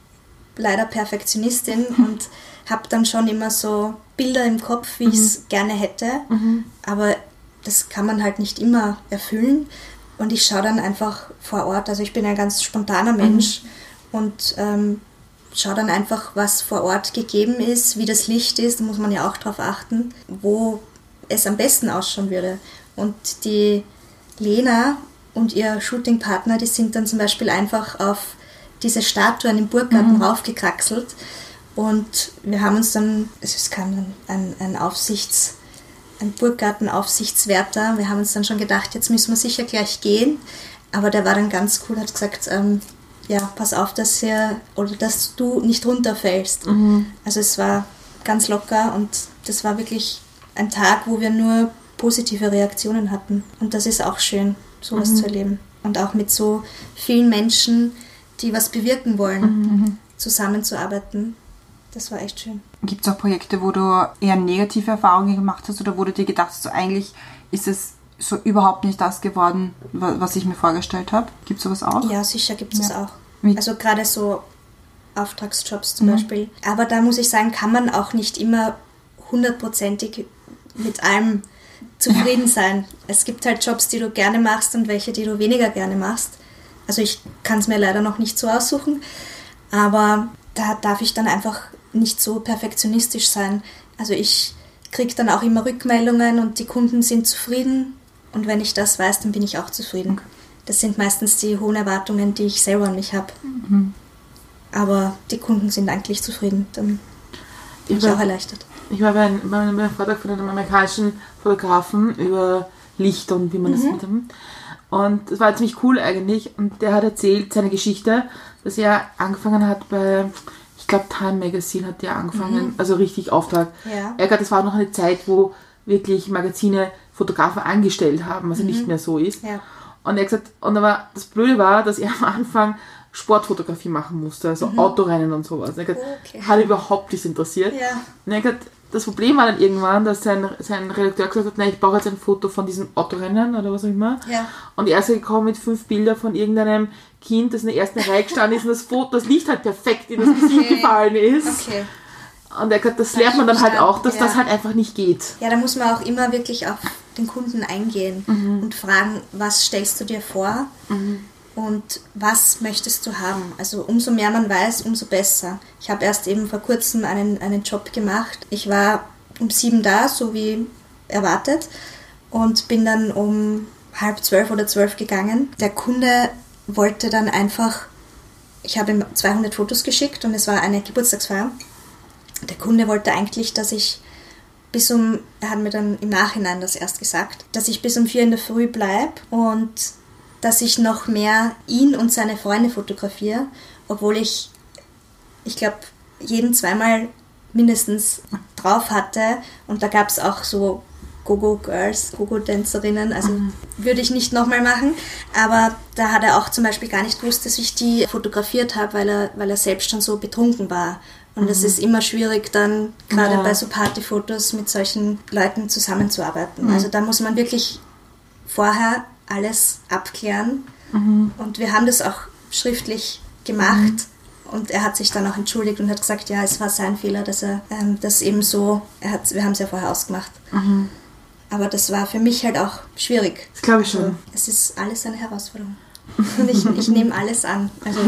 leider Perfektionistin mhm. und habe dann schon immer so Bilder im Kopf, wie mhm. ich es gerne hätte. Mhm. Aber das kann man halt nicht immer erfüllen. Und ich schaue dann einfach vor Ort, also ich bin ein ganz spontaner Mensch mhm. und ähm, schaue dann einfach, was vor Ort gegeben ist, wie das Licht ist, da muss man ja auch drauf achten, wo es am besten ausschauen würde. Und die Lena und ihr Shootingpartner, die sind dann zum Beispiel einfach auf diese Statuen im Burggarten mhm. raufgekraxelt und wir haben uns dann, es kam dann ein, ein Aufsichts- ein Burggartenaufsichtswärter, wir haben uns dann schon gedacht, jetzt müssen wir sicher gleich gehen, aber der war dann ganz cool, hat gesagt, ähm, ja, pass auf, dass ihr, oder dass du nicht runterfällst. Mhm. Also es war ganz locker und das war wirklich ein Tag, wo wir nur positive Reaktionen hatten. Und das ist auch schön, sowas mhm. zu erleben. Und auch mit so vielen Menschen, die was bewirken wollen, mhm. zusammenzuarbeiten. Das war echt schön. Gibt es auch Projekte, wo du eher negative Erfahrungen gemacht hast oder wo du dir gedacht hast, so eigentlich ist es so überhaupt nicht das geworden, was ich mir vorgestellt habe? Gibt es sowas auch? Ja, sicher gibt es ja. das auch. Wie? Also gerade so Auftragsjobs zum mhm. Beispiel. Aber da muss ich sagen, kann man auch nicht immer hundertprozentig mit allem zufrieden ja. sein. Es gibt halt Jobs, die du gerne machst und welche, die du weniger gerne machst. Also ich kann es mir leider noch nicht so aussuchen, aber da darf ich dann einfach nicht so perfektionistisch sein. Also ich kriege dann auch immer Rückmeldungen und die Kunden sind zufrieden und wenn ich das weiß, dann bin ich auch zufrieden. Okay. Das sind meistens die hohen Erwartungen, die ich selber an mich habe. Mhm. Aber die Kunden sind eigentlich zufrieden, dann bin ich, ich auch erleichtert. Ich war bei einem, bei einem Vortrag von einem amerikanischen Fotografen über Licht und wie man mhm. das mit dem... Und das war ziemlich cool eigentlich. Und der hat erzählt, seine Geschichte, dass er angefangen hat bei, ich glaube Time Magazine hat der angefangen, mhm. also richtig Auftrag. Ja. Er hat, das war noch eine Zeit, wo wirklich Magazine Fotografen angestellt haben, was ja mhm. nicht mehr so ist. Ja. Und er hat gesagt, und aber das Blöde war, dass er am Anfang Sportfotografie machen musste, also mhm. Autorennen und sowas. Und er hat, okay. hat ihn überhaupt nicht interessiert. Ja. Und er hat, das Problem war dann irgendwann, dass sein, sein Redakteur gesagt hat, nein, ich brauche jetzt ein Foto von diesem Autorennen oder was auch immer. Ja. Und er ist gekommen mit fünf Bildern von irgendeinem Kind, das in der ersten Reihe gestanden ist und das Foto, das Licht halt perfekt in das Gesicht okay. gefallen ist. Okay. Und er hat, das, das lernt man dann halt auch, dass ja. das halt einfach nicht geht. Ja, da muss man auch immer wirklich auf den Kunden eingehen mhm. und fragen, was stellst du dir vor? Mhm. Und was möchtest du haben? Also umso mehr man weiß, umso besser. Ich habe erst eben vor kurzem einen, einen Job gemacht. Ich war um sieben da, so wie erwartet, und bin dann um halb zwölf oder zwölf gegangen. Der Kunde wollte dann einfach, ich habe ihm zweihundert Fotos geschickt und es war eine Geburtstagsfeier. Der Kunde wollte eigentlich, dass ich bis um, er hat mir dann im Nachhinein das erst gesagt, dass ich bis um vier in der Früh bleibe und dass ich noch mehr ihn und seine Freunde fotografiere, obwohl ich, ich glaube, jeden zweimal mindestens drauf hatte und da gab es auch so Go-Go-Girls, Go-Go-Tänzerinnen, also mhm. würde ich nicht nochmal machen, aber da hat er auch zum Beispiel gar nicht gewusst, dass ich die fotografiert habe, weil er, weil er selbst schon so betrunken war. Und es mhm. ist immer schwierig, dann gerade ja. bei so Partyfotos mit solchen Leuten zusammenzuarbeiten. Mhm. Also da muss man wirklich vorher alles abklären. Mhm. Und wir haben das auch schriftlich gemacht. Mhm. Und er hat sich dann auch entschuldigt und hat gesagt, ja, es war sein Fehler, dass er ähm, das eben so, er hat, wir haben es ja vorher ausgemacht. Mhm. Aber das war für mich halt auch schwierig. Das glaube ich schon. Also, es ist alles eine Herausforderung. Und ich, ich nehme alles an. Also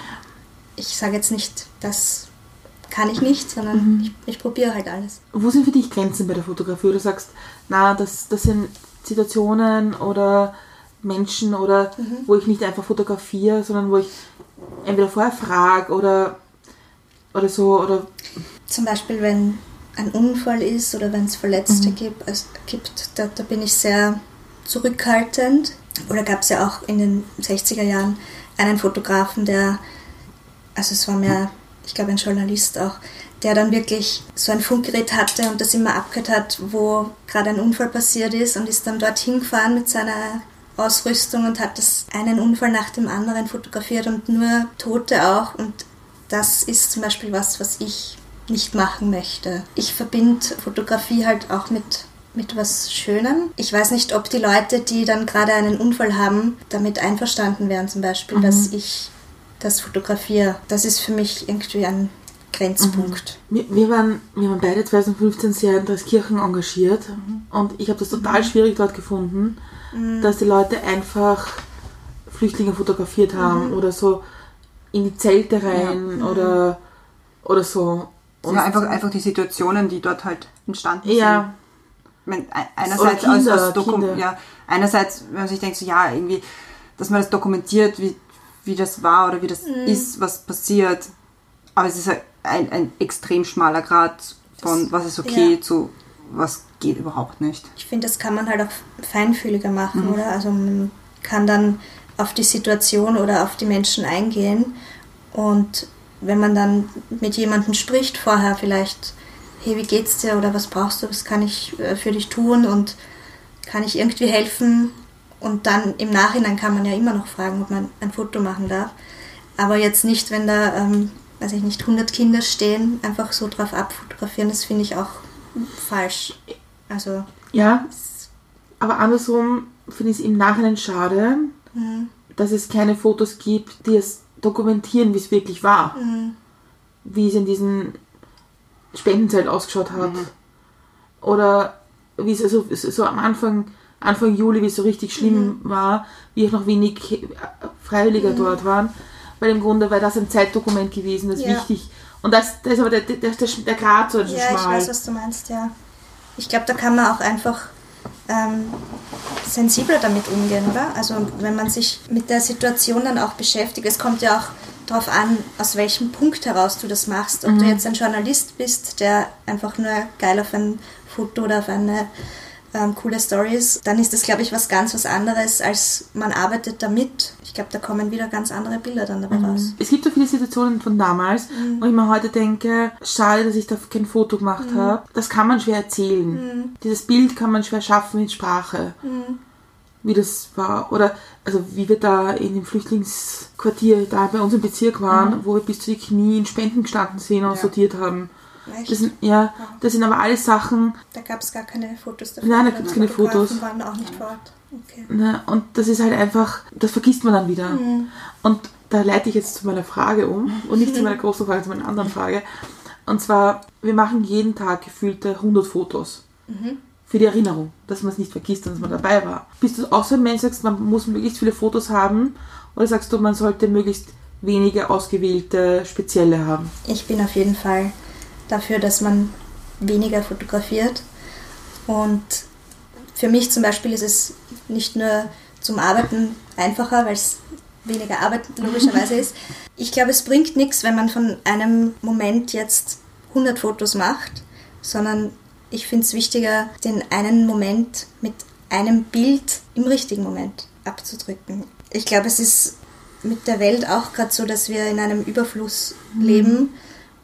ich sage jetzt nicht, das kann ich nicht, sondern mhm. ich, ich probiere halt alles. Wo sind für dich Grenzen bei der Fotografie? Du sagst, na, das, das sind Situationen oder Menschen oder mhm. wo ich nicht einfach fotografiere, sondern wo ich entweder vorher frage oder, oder so. Oder zum Beispiel, wenn ein Unfall ist oder wenn es Verletzte mhm. gibt, es gibt da, da bin ich sehr zurückhaltend. Oder gab es ja auch in den sechziger Jahren einen Fotografen, der, also es war mehr, ich glaube ein Journalist auch, der dann wirklich so ein Funkgerät hatte und das immer abgehört hat, wo gerade ein Unfall passiert ist und ist dann dorthin gefahren mit seiner Ausrüstung und hat das einen Unfall nach dem anderen fotografiert und nur Tote auch. Und das ist zum Beispiel was, was ich nicht machen möchte. Ich verbinde Fotografie halt auch mit, mit was Schönem. Ich weiß nicht, ob die Leute, die dann gerade einen Unfall haben, damit einverstanden wären zum Beispiel, mhm. dass ich das fotografiere. Das ist für mich irgendwie ein Grenzpunkt. Mhm. Wir, wir, waren, wir waren beide zwanzig fünfzehn sehr in Dreiskirchen engagiert mhm. und ich habe das total mhm. schwierig dort gefunden, dass die Leute einfach Flüchtlinge fotografiert haben Mhm. oder so in die Zelte rein Ja. oder, oder so. Und Ja, einfach, einfach die Situationen, die dort halt entstanden ja, sind. Ich meine, ein- einerseits, Oder Kinder, als, als Dokum Kinder. ja, einerseits, wenn man sich denkt, so, ja, irgendwie, dass man das dokumentiert, wie, wie das war oder wie das ist, was passiert. Aber es ist halt ein, ein extrem schmaler Grad von was ist okay Ja. zu was geht überhaupt nicht. Ich finde, das kann man halt auch feinfühliger machen, oder? Also man kann dann auf die Situation oder auf die Menschen eingehen und wenn man dann mit jemandem spricht vorher vielleicht, hey, wie geht's dir oder was brauchst du, was kann ich äh, für dich tun und kann ich irgendwie helfen? Und dann im Nachhinein kann man ja immer noch fragen, ob man ein Foto machen darf. Aber jetzt nicht, wenn da, ähm, weiß ich nicht, hundert Kinder stehen, einfach so drauf abfotografieren, das finde ich auch falsch. Also, ja, aber andersrum finde ich es im Nachhinein schade, mh, dass es keine Fotos gibt, die es dokumentieren, wie es wirklich war. mh, Wie es in diesem Spendenzelt ausgeschaut hat. Oder wie es also so am Anfang, Anfang Juli, wie es so richtig schlimm war, wie auch noch wenig Freiwillige dort waren. Weil im Grunde war das ein Zeitdokument gewesen, das Ja. wichtig. Und das, das ist aber der, der, der, der Grad so ja, ich schmal. weiß, was du meinst, ja. Ich glaube, da kann man auch einfach ähm, sensibler damit umgehen, oder? Also wenn man sich mit der Situation dann auch beschäftigt, es kommt ja auch darauf an, aus welchem Punkt heraus du das machst. Ob du jetzt ein Journalist bist, der einfach nur geil auf ein Foto oder auf eine ähm, coole Story ist, dann ist das, glaube ich, was ganz was anderes, als man arbeitet damit. Ich glaube, da kommen wieder ganz andere Bilder dann dabei raus. Es gibt so viele Situationen von damals, wo ich mir heute denke, schade, dass ich da kein Foto gemacht habe. Das kann man schwer erzählen. Dieses Bild kann man schwer schaffen in Sprache. Wie das war. Oder also wie wir da in dem Flüchtlingsquartier da bei uns im Bezirk waren, wo wir bis zu die Knie in Spenden gestanden sind und Ja. sortiert haben. Echt? Das sind, ja, das sind aber alles Sachen, Da gab es gar keine Fotos davon. Nein, da oder gibt's keine Fotografen Fotos. waren auch nicht vor Ort. Okay. ne, und das ist halt einfach, das vergisst man dann wieder. Und da leite ich jetzt zu meiner Frage um und nicht zu meiner großen Frage, zu meiner anderen Frage. Und zwar, wir machen jeden Tag gefühlte hundert Fotos. Für die Erinnerung, dass man es nicht vergisst, dass man dabei war. Bist du auch so ein Mensch, sagst, man muss möglichst viele Fotos haben? Oder sagst du, man sollte möglichst wenige ausgewählte, spezielle haben? Ich bin auf jeden Fall dafür, dass man weniger fotografiert. Und für mich zum Beispiel ist es nicht nur zum Arbeiten einfacher, weil es weniger Arbeit logischerweise ist. Ich glaube, es bringt nichts, wenn man von einem Moment jetzt hundert Fotos macht, sondern ich finde es wichtiger, den einen Moment mit einem Bild im richtigen Moment abzudrücken. Ich glaube, es ist mit der Welt auch gerade so, dass wir in einem Überfluss leben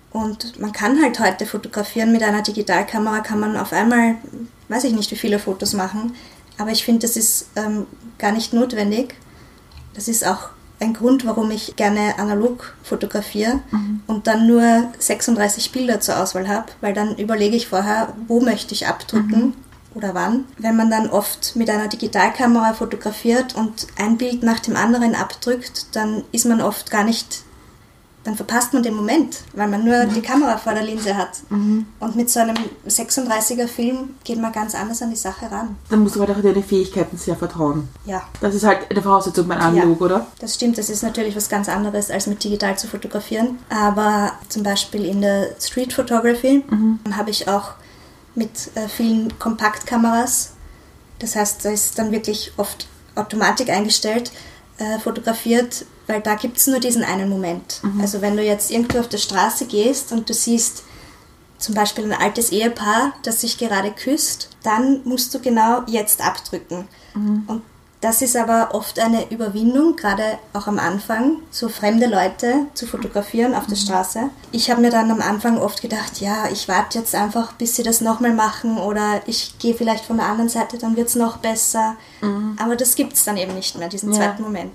und man kann halt heute fotografieren. Mit einer Digitalkamera kann man auf einmal, weiß ich nicht, wie viele Fotos machen, aber ich finde, das ist ähm, gar nicht notwendig. Das ist auch ein Grund, warum ich gerne analog fotografiere und dann nur sechsunddreißig Bilder zur Auswahl habe, weil dann überlege ich vorher, wo möchte ich abdrücken oder wann. Wenn man dann oft mit einer Digitalkamera fotografiert und ein Bild nach dem anderen abdrückt, dann ist man oft gar nicht, dann verpasst man den Moment, weil man nur die Kamera vor der Linse hat. Und mit so einem sechsunddreißiger Film geht man ganz anders an die Sache ran. Dann musst du halt auch deine Fähigkeiten sehr vertrauen. Ja. Das ist halt eine Voraussetzung beim Analog, Ja. oder? Das stimmt, das ist natürlich was ganz anderes, als mit digital zu fotografieren. Aber zum Beispiel in der Street Photography habe ich auch mit äh, vielen Kompaktkameras, das heißt, da ist dann wirklich oft Automatik eingestellt, äh, fotografiert, weil da gibt es nur diesen einen Moment. Also wenn du jetzt irgendwo auf der Straße gehst und du siehst zum Beispiel ein altes Ehepaar, das sich gerade küsst, dann musst du genau jetzt abdrücken. Und das ist aber oft eine Überwindung, gerade auch am Anfang, so fremde Leute zu fotografieren auf der Straße. Ich habe mir dann am Anfang oft gedacht, ja, ich warte jetzt einfach, bis sie das nochmal machen oder ich gehe vielleicht von der anderen Seite, dann wird es noch besser. Aber das gibt es dann eben nicht mehr, diesen Ja. zweiten Moment.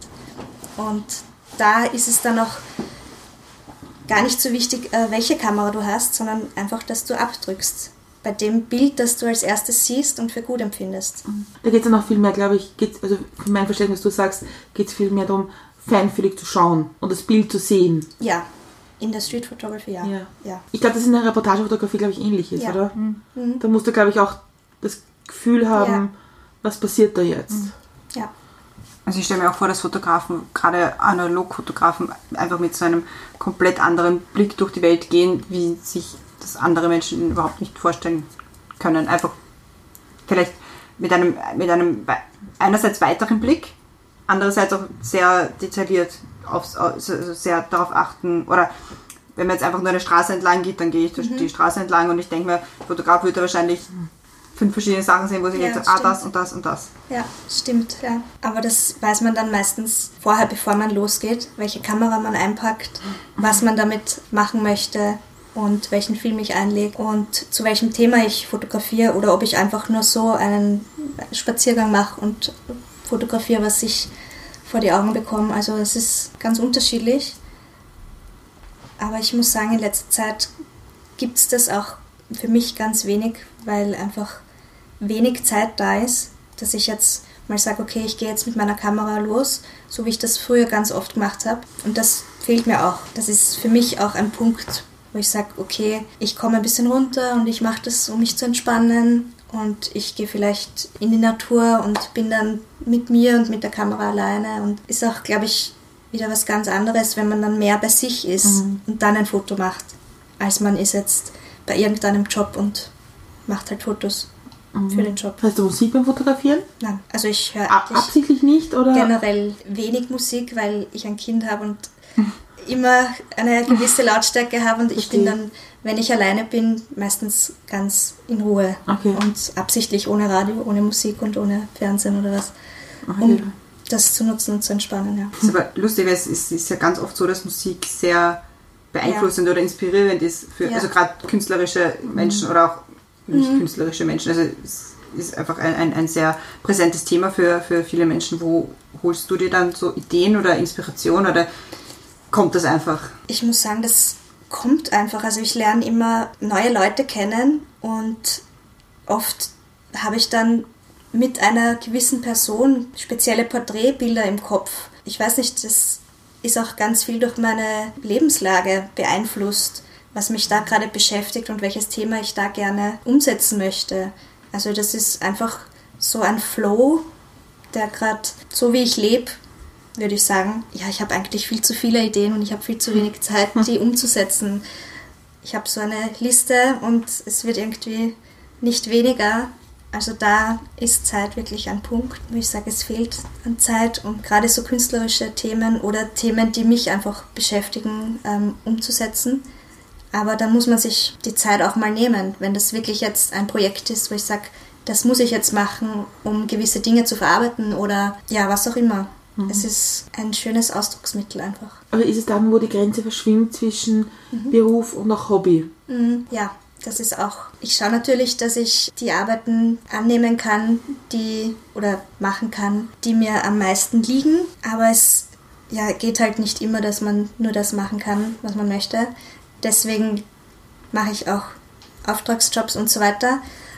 Und da ist es dann auch gar nicht so wichtig, äh, welche Kamera du hast, sondern einfach, dass du abdrückst. Bei dem Bild, das du als erstes siehst und für gut empfindest. Da geht es dann auch viel mehr, glaube ich, geht's, also für mein Verständnis, was du sagst, geht es viel mehr darum, feinfühlig zu schauen und das Bild zu sehen. Ja, in der Street Photography, ja. Ja. ja. Ich glaube, dass in der Reportagefotografie, glaube ich, ähnlich ist, Ja. oder? Da musst du, glaube ich, auch das Gefühl haben, Ja. was passiert da jetzt. Ja. Also ich stelle mir auch vor, dass Fotografen, gerade Analogfotografen, einfach mit so einem komplett anderen Blick durch die Welt gehen, wie sich das andere Menschen überhaupt nicht vorstellen können. Einfach vielleicht mit einem, mit einem einerseits weiteren Blick, andererseits auch sehr detailliert, aufs, also sehr darauf achten. Oder wenn man jetzt einfach nur eine Straße entlang geht, dann gehe ich mhm. die Straße entlang und ich denke mir, Fotograf würde wahrscheinlich fünf verschiedene Sachen sehen, wo sie ja, jetzt, ah, das und das und das. Ja, stimmt, ja. Aber das weiß man dann meistens vorher, bevor man losgeht, welche Kamera man einpackt, was man damit machen möchte und welchen Film ich einlege und zu welchem Thema ich fotografiere oder ob ich einfach nur so einen Spaziergang mache und fotografiere, was ich vor die Augen bekomme. Also es ist ganz unterschiedlich. Aber ich muss sagen, in letzter Zeit gibt es das auch für mich ganz wenig, weil einfach wenig Zeit da ist, dass ich jetzt mal sage, okay, ich gehe jetzt mit meiner Kamera los, so wie ich das früher ganz oft gemacht habe. Und das fehlt mir auch. Das ist für mich auch ein Punkt, wo ich sage, okay, ich komme ein bisschen runter und ich mache das, um mich zu entspannen. Und ich gehe vielleicht in die Natur und bin dann mit mir und mit der Kamera alleine. Und ist auch, glaube ich, wieder was ganz anderes, wenn man dann mehr bei sich ist mhm. und dann ein Foto macht, als man ist jetzt bei irgendeinem Job und macht halt Fotos mhm. für den Job. Hast du Musik beim Fotografieren? Nein, also ich höre Ab- absichtlich nicht, oder? Generell wenig Musik, weil ich ein Kind habe und immer eine gewisse Lautstärke habe und ich bin dann, wenn ich alleine bin, meistens ganz in Ruhe okay. und absichtlich ohne Radio, ohne Musik und ohne Fernsehen oder was, um okay. das zu nutzen und zu entspannen. Ja. Das ist aber lustig, weil es ist, ist ja ganz oft so, dass Musik sehr beeinflussend ja. oder inspirierend ist für ja. also gerade künstlerische Menschen mhm. oder auch nicht mhm. künstlerische Menschen. Also es ist einfach ein, ein, ein sehr präsentes Thema für, für viele Menschen. Wo holst du dir dann so Ideen oder Inspiration oder kommt das einfach? Ich muss sagen, das kommt einfach. Also ich lerne immer neue Leute kennen und oft habe ich dann mit einer gewissen Person spezielle Porträtbilder im Kopf. Ich weiß nicht, das ist auch ganz viel durch meine Lebenslage beeinflusst, was mich da gerade beschäftigt und welches Thema ich da gerne umsetzen möchte. Also das ist einfach so ein Flow, der gerade, so wie ich lebe, würde ich sagen, ja, ich habe eigentlich viel zu viele Ideen und ich habe viel zu wenig Zeit, die umzusetzen. Ich habe so eine Liste und es wird irgendwie nicht weniger. Also da ist Zeit wirklich ein Punkt, wo ich sage, es fehlt an Zeit, um gerade so künstlerische Themen oder Themen, die mich einfach beschäftigen, ähm, umzusetzen. Aber da muss man sich die Zeit auch mal nehmen, wenn das wirklich jetzt ein Projekt ist, wo ich sage, das muss ich jetzt machen, um gewisse Dinge zu verarbeiten oder ja, was auch immer. Mhm. Es ist ein schönes Ausdrucksmittel einfach. Aber ist es dann, wo die Grenze verschwimmt zwischen mhm. Beruf und auch Hobby? Mhm, ja. Das ist auch, ich schaue natürlich, dass ich die Arbeiten annehmen kann, die oder machen kann, die mir am meisten liegen. Aber es ja, geht halt nicht immer, dass man nur das machen kann, was man möchte. Deswegen mache ich auch Auftragsjobs und so weiter.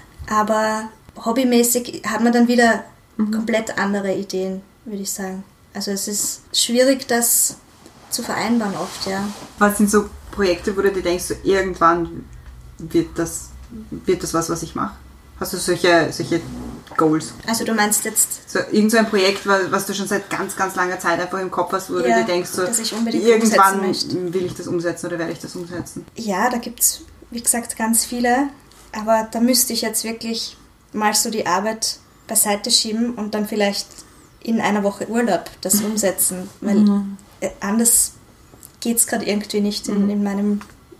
Aber hobbymäßig hat man dann wieder mhm. komplett andere Ideen, würde ich sagen. Also es ist schwierig, das zu vereinbaren oft, ja. Was sind so Projekte, wo du dir denkst, so irgendwann wird das, wird das was, was ich mache? Hast du solche, solche Goals? Also du meinst jetzt... So, irgend so ein Projekt, was du schon seit ganz, ganz langer Zeit einfach im Kopf hast, wo ja, du dir denkst, so, dass ich unbedingt irgendwann will ich das umsetzen oder werde ich das umsetzen? Ja, da gibt es, wie gesagt, ganz viele. Aber da müsste ich jetzt wirklich mal so die Arbeit beiseite schieben und dann vielleicht in einer Woche Urlaub das umsetzen. Weil mhm. anders geht es gerade irgendwie nicht in, in meinem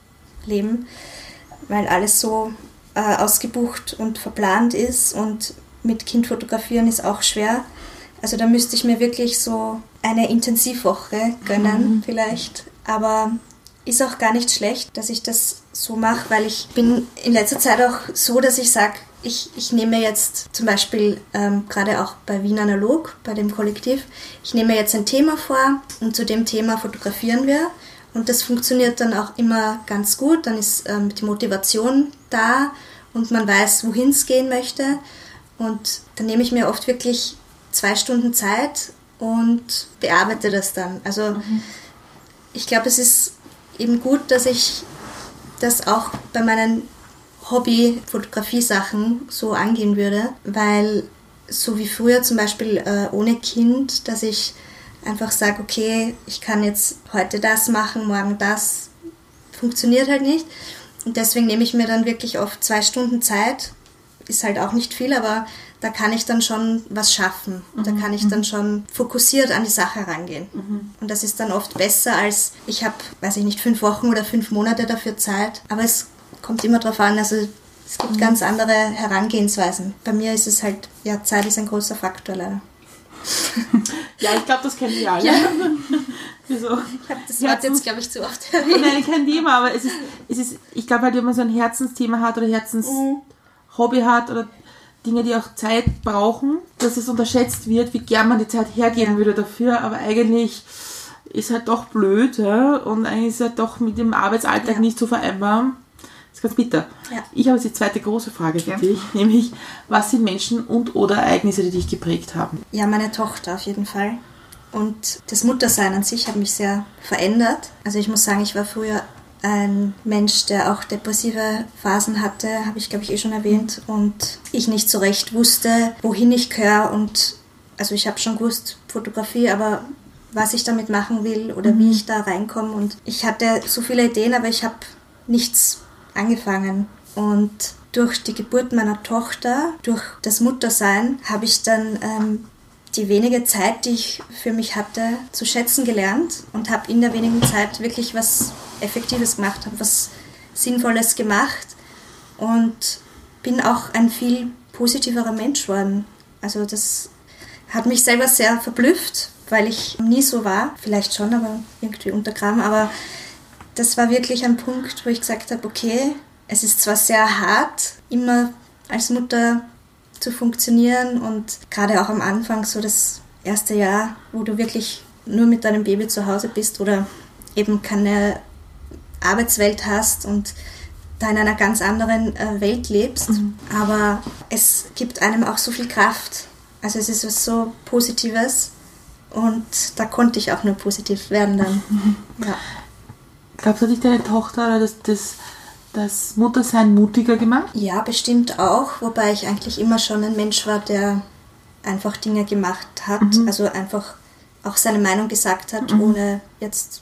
Leben. Weil alles so äh, ausgebucht und verplant ist und mit Kind fotografieren ist auch schwer. Also da müsste ich mir wirklich so eine Intensivwoche gönnen mhm. vielleicht. Aber ist auch gar nicht schlecht, dass ich das so mache, weil ich bin in letzter Zeit auch so, dass ich sage, ich, ich nehme jetzt zum Beispiel ähm, gerade auch bei Wien Analog, bei dem Kollektiv, ich nehme jetzt ein Thema vor und zu dem Thema fotografieren wir. Und das funktioniert dann auch immer ganz gut. Dann ist ähm, die Motivation da und man weiß, wohin es gehen möchte. Und dann nehme ich mir oft wirklich zwei Stunden Zeit und bearbeite das dann. Also mhm. ich glaube, es ist eben gut, dass ich das auch bei meinen Hobby-Fotografie-Sachen so angehen würde, weil so wie früher zum Beispiel äh, ohne Kind, dass ich einfach sage, okay, ich kann jetzt heute das machen, morgen das, funktioniert halt nicht. Und deswegen nehme ich mir dann wirklich oft zwei Stunden Zeit, ist halt auch nicht viel, aber da kann ich dann schon was schaffen. Mhm. Da kann ich dann schon fokussiert an die Sache rangehen. Mhm. Und das ist dann oft besser als, ich habe, weiß ich nicht, fünf Wochen oder fünf Monate dafür Zeit. Aber es kommt immer drauf an, also es gibt mhm. ganz andere Herangehensweisen. Bei mir ist es halt, ja, Zeit ist ein großer Faktor leider. Ja, ich glaube, das kennen wir alle. Ja. Wieso? Ich habe das Wort jetzt, glaube ich, zu oft erwähnt. Nein, kein Thema, aber es ist, es ist ich glaube halt, wenn man so ein Herzensthema hat oder Herzenshobby mhm. hat oder Dinge, die auch Zeit brauchen, dass es unterschätzt wird, wie gern man die Zeit hergeben ja. würde dafür, aber eigentlich ist halt doch blöd, ja? Und eigentlich ist halt doch mit dem Arbeitsalltag ja. nicht zu vereinbaren. Das ist ganz bitter. Ja. Ich habe jetzt die zweite große Frage für ja. dich, nämlich, was sind Menschen und oder Ereignisse, die dich geprägt haben? Ja, meine Tochter auf jeden Fall. Und das Muttersein an sich hat mich sehr verändert. Also ich muss sagen, ich war früher ein Mensch, der auch depressive Phasen hatte, habe ich, glaube ich, eh schon erwähnt. Und ich nicht so recht wusste, wohin ich gehöre. Und also ich habe schon gewusst, Fotografie, aber was ich damit machen will oder mhm. wie ich da reinkomme. Und ich hatte so viele Ideen, aber ich habe nichts angefangen. Und durch die Geburt meiner Tochter, durch das Muttersein, habe ich dann ähm, die wenige Zeit, die ich für mich hatte, zu schätzen gelernt und habe in der wenigen Zeit wirklich was Effektives gemacht, habe was Sinnvolles gemacht und bin auch ein viel positiverer Mensch geworden. Also das hat mich selber sehr verblüfft, weil ich nie so war. Vielleicht schon, aber irgendwie untergraben. Aber das war wirklich ein Punkt, wo ich gesagt habe, okay, es ist zwar sehr hart, immer als Mutter zu funktionieren und gerade auch am Anfang so das erste Jahr, wo du wirklich nur mit deinem Baby zu Hause bist oder eben keine Arbeitswelt hast und da in einer ganz anderen äh, Welt lebst. Mhm. Aber es gibt einem auch so viel Kraft. Also es ist was so Positives und da konnte ich auch nur positiv werden dann. Mhm. Ja. Glaubst du, hat dich deine Tochter oder das, das das Muttersein mutiger gemacht? Ja, bestimmt auch, wobei ich eigentlich immer schon ein Mensch war, der einfach Dinge gemacht hat, mhm. also einfach auch seine Meinung gesagt hat, mhm. ohne jetzt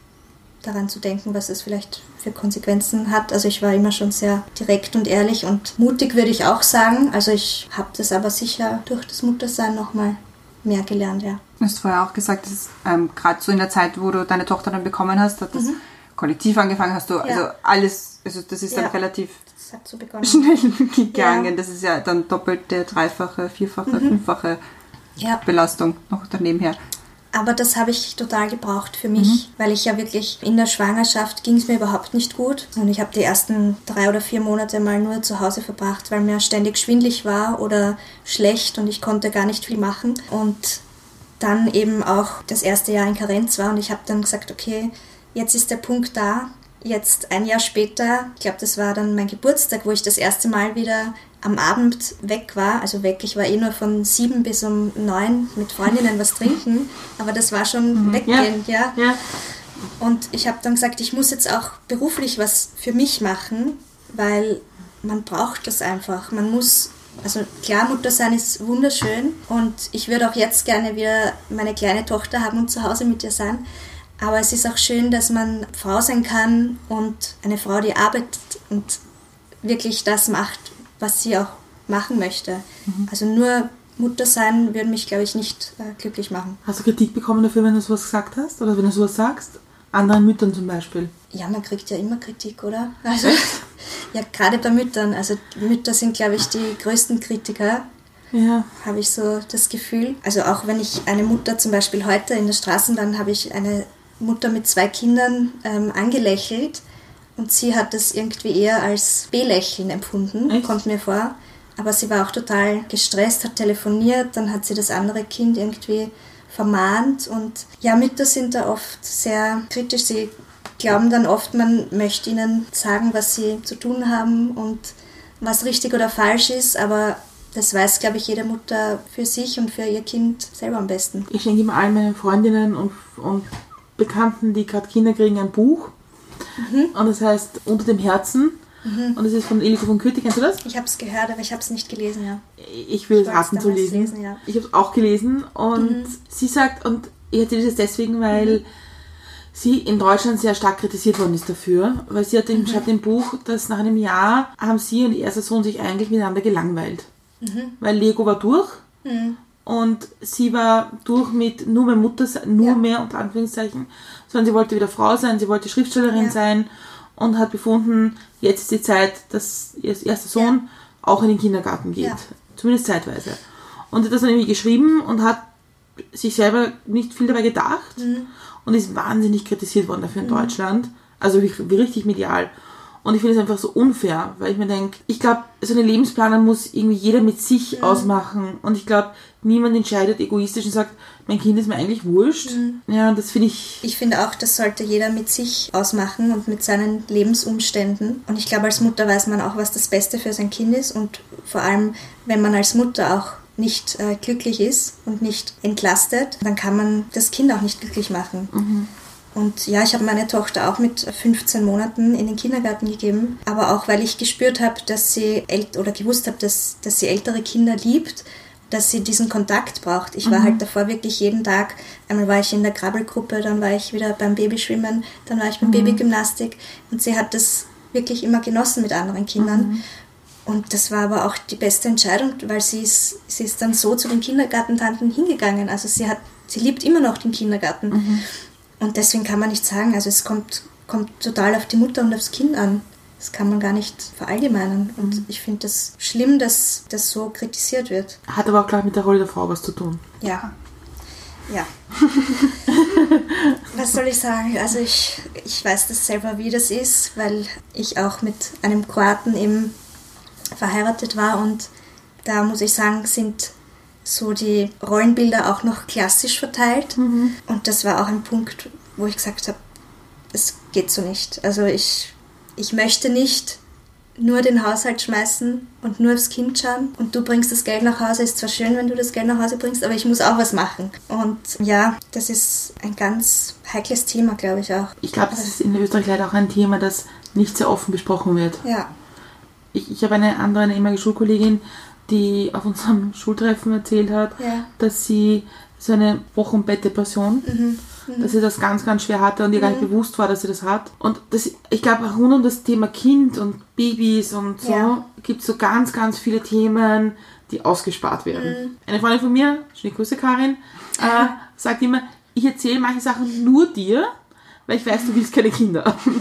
daran zu denken, was es vielleicht für Konsequenzen hat. Also ich war immer schon sehr direkt und ehrlich und mutig, würde ich auch sagen. Also ich habe das aber sicher durch das Muttersein nochmal mehr gelernt, ja. Du hast vorher auch gesagt, dass ähm, gerade so in der Zeit, wo du deine Tochter dann bekommen hast, hat das mhm. Kollektiv angefangen, hast du ja. also alles, also das ist dann ja. relativ das hat so begonnen. schnell gegangen. Ja. Das ist ja dann doppelte, dreifache, vierfache, mhm. fünffache ja. Belastung noch daneben her. Aber das habe ich total gebraucht für mich, mhm. weil ich ja wirklich in der Schwangerschaft ging es mir überhaupt nicht gut. Und ich habe die ersten drei oder vier Monate mal nur zu Hause verbracht, weil mir ständig schwindelig war oder schlecht und ich konnte gar nicht viel machen. Und dann eben auch das erste Jahr in Karenz war und ich habe dann gesagt, okay, jetzt ist der Punkt da, jetzt ein Jahr später, ich glaube, das war dann mein Geburtstag, wo ich das erste Mal wieder am Abend weg war, also weg, ich war eh nur von sieben bis um neun mit Freundinnen was trinken, aber das war schon mhm. weggehend, ja. ja. Und ich habe dann gesagt, ich muss jetzt auch beruflich was für mich machen, weil man braucht das einfach, man muss, also klar, Mutter sein ist wunderschön und ich würde auch jetzt gerne wieder meine kleine Tochter haben und zu Hause mit ihr sein, aber es ist auch schön, dass man Frau sein kann und eine Frau, die arbeitet und wirklich das macht, was sie auch machen möchte. Mhm. Also nur Mutter sein würde mich, glaube ich, nicht äh, glücklich machen. Hast du Kritik bekommen dafür, wenn du sowas gesagt hast? Oder wenn du sowas sagst? Anderen Müttern zum Beispiel? Ja, man kriegt ja immer Kritik, oder? Also, ja, gerade bei Müttern. Also Mütter sind, glaube ich, die größten Kritiker. Ja. Habe ich so das Gefühl. Also auch wenn ich eine Mutter zum Beispiel heute in der Straßenbahn habe ich eine Mutter mit zwei Kindern ähm, angelächelt und sie hat das irgendwie eher als Belächeln empfunden, Echt? kommt mir vor. Aber sie war auch total gestresst, hat telefoniert, dann hat sie das andere Kind irgendwie vermahnt und ja, Mütter sind da oft sehr kritisch. Sie glauben dann oft, man möchte ihnen sagen, was sie zu tun haben und was richtig oder falsch ist, aber das weiß, glaube ich, jede Mutter für sich und für ihr Kind selber am besten. Ich schenke immer allen meinen Freundinnen und, und Bekannten, die gerade Kinder kriegen, ein Buch. Mhm. Und das heißt Unter dem Herzen. Mhm. Und es ist von Ildiko von Kürti. Kennst du das? Ich habe es gehört, aber ich habe es nicht gelesen, ja. Ich will es wollt's raten zu damals lesen. lesen, ja. Ich habe es auch gelesen und Mhm. sie sagt, und ich erzähle das deswegen, weil mhm. sie in Deutschland sehr stark kritisiert worden ist dafür, weil sie hat im, mhm. schreibt im Buch, dass nach einem Jahr haben sie und ihr erster Sohn sich eigentlich miteinander gelangweilt. Mhm. Weil Lego war durch mhm. und sie war durch mit nur mehr Mutter, nur ja. mehr unter Anführungszeichen, sondern sie wollte wieder Frau sein, sie wollte Schriftstellerin ja. sein und hat befunden, jetzt ist die Zeit, dass ihr erster Sohn ja. auch in den Kindergarten geht. Ja. Zumindest zeitweise. Und hat das dann irgendwie geschrieben und hat sich selber nicht viel dabei gedacht mhm. und ist wahnsinnig kritisiert worden dafür in mhm. Deutschland. Also wie, wie richtig medial. Und ich finde es einfach so unfair, weil ich mir denke, ich glaube, so eine Lebensplanung muss irgendwie jeder mit sich mhm. ausmachen. Und ich glaube, niemand entscheidet egoistisch und sagt, mein Kind ist mir eigentlich wurscht. Mhm. Ja, das finde ich... Ich finde auch, das sollte jeder mit sich ausmachen und mit seinen Lebensumständen. Und ich glaube, als Mutter weiß man auch, was das Beste für sein Kind ist. Und vor allem, wenn man als Mutter auch nicht äh, glücklich ist und nicht entlastet, dann kann man das Kind auch nicht glücklich machen. Mhm. Und ja, ich habe meine Tochter auch mit fünfzehn Monaten in den Kindergarten gegeben, aber auch, weil ich gespürt habe, dass sie ält- oder gewusst habe, dass, dass sie ältere Kinder liebt, dass sie diesen Kontakt braucht. Ich war mhm. halt davor wirklich jeden Tag, einmal war ich in der Krabbelgruppe, dann war ich wieder beim Babyschwimmen, dann war ich beim mhm. Babygymnastik und sie hat das wirklich immer genossen mit anderen Kindern. Mhm. Und das war aber auch die beste Entscheidung, weil sie ist, sie ist dann so zu den Kindergartentanten hingegangen. Also sie hat, sie liebt immer noch den Kindergarten. Mhm. Und deswegen kann man nicht sagen, also es kommt, kommt total auf die Mutter und aufs Kind an. Das kann man gar nicht verallgemeinern. Und mhm. ich finde das schlimm, dass das so kritisiert wird. Hat aber auch gleich mit der Rolle der Frau was zu tun. Ja. Ja. Was soll ich sagen? Also ich, ich weiß das selber, wie das ist, weil ich auch mit einem Kroaten eben verheiratet war. Und da muss ich sagen, sind so die Rollenbilder auch noch klassisch verteilt. Mhm. Und das war auch ein Punkt, wo ich gesagt habe, es geht so nicht. Also ich, ich möchte nicht nur den Haushalt schmeißen und nur aufs Kind schauen und du bringst das Geld nach Hause. Ist zwar schön, wenn du das Geld nach Hause bringst, aber ich muss auch was machen. Und ja, das ist ein ganz heikles Thema, glaube ich auch. Ich glaube, das ist in Österreich leider auch ein Thema, das nicht sehr offen besprochen wird. Ja. Ich, ich habe eine andere, eine ehemalige Schulkollegin, die auf unserem Schultreffen erzählt hat, ja. dass sie so eine Wochenbettdepression, mhm. mhm. dass sie das ganz, ganz schwer hatte und ihr mhm. gar nicht bewusst war, dass sie das hat. Und das, ich glaube, rund um das Thema Kind und Babys und so ja. gibt es so ganz, ganz viele Themen, die ausgespart werden. Mhm. Eine Freundin von mir, schöne Grüße Karin, äh, sagt immer, ich erzähle manche Sachen nur dir, weil ich weiß, du willst keine Kinder. Mhm.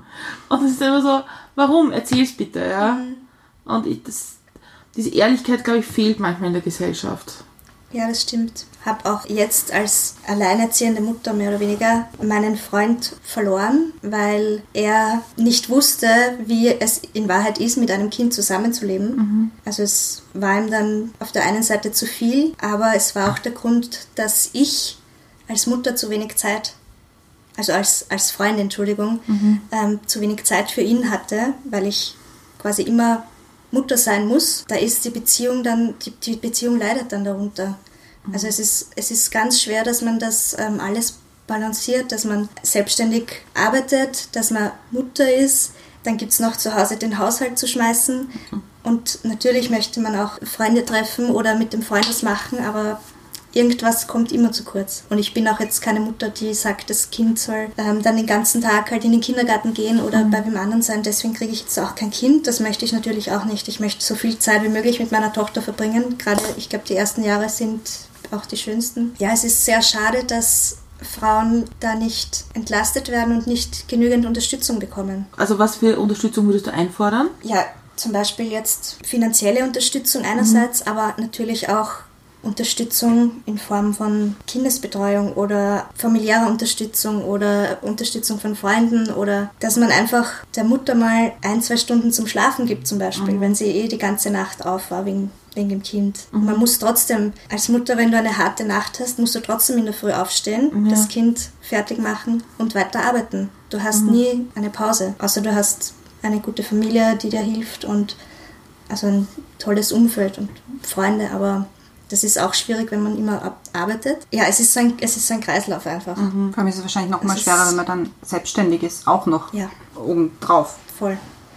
Und es ist immer so, warum? Erzähl's bitte, ja. Mhm. Und ich, das Diese Ehrlichkeit, glaube ich, fehlt manchmal in der Gesellschaft. Ja, das stimmt. Habe auch jetzt als alleinerziehende Mutter mehr oder weniger meinen Freund verloren, weil er nicht wusste, wie es in Wahrheit ist, mit einem Kind zusammenzuleben. Mhm. Also es war ihm dann auf der einen Seite zu viel, aber es war auch der Grund, dass ich als Mutter zu wenig Zeit, also als, als Freundin, Entschuldigung, mhm. ähm, zu wenig Zeit für ihn hatte, weil ich quasi immer Mutter sein muss, da ist die Beziehung dann, die, die Beziehung leidet dann darunter. Mhm. Also es ist, es ist ganz schwer, dass man das ähm, alles balanciert, dass man selbstständig arbeitet, dass man Mutter ist, dann gibt es noch zu Hause den Haushalt zu schmeißen mhm. und natürlich möchte man auch Freunde treffen oder mit dem Freund was machen, aber irgendwas kommt immer zu kurz. Und ich bin auch jetzt keine Mutter, die sagt, das Kind soll ähm, dann den ganzen Tag halt in den Kindergarten gehen oder mhm. bei wem anderen sein. Deswegen kriege ich jetzt auch kein Kind. Das möchte ich natürlich auch nicht. Ich möchte so viel Zeit wie möglich mit meiner Tochter verbringen. Gerade, ich glaube, die ersten Jahre sind auch die schönsten. Ja, es ist sehr schade, dass Frauen da nicht entlastet werden und nicht genügend Unterstützung bekommen. Also was für Unterstützung würdest du einfordern? Ja, zum Beispiel jetzt finanzielle Unterstützung einerseits, mhm. aber natürlich auch Unterstützung in Form von Kindesbetreuung oder familiärer Unterstützung oder Unterstützung von Freunden oder dass man einfach der Mutter mal ein, zwei Stunden zum Schlafen gibt zum Beispiel, mhm. wenn sie eh die ganze Nacht auf war wegen, wegen dem Kind. Mhm. Man muss trotzdem, als Mutter, wenn du eine harte Nacht hast, musst du trotzdem in der Früh aufstehen, mhm. das Kind fertig machen und weiter arbeiten. Du hast mhm. nie eine Pause, außer du hast eine gute Familie, die dir hilft und also ein tolles Umfeld und Freunde, aber das ist auch schwierig, wenn man immer arbeitet. Ja, es ist so ein, es ist so ein Kreislauf einfach. Mhm. Vor allem ist es wahrscheinlich noch mal schwerer, wenn man dann selbstständig ist, auch noch ja. oben drauf. Voll.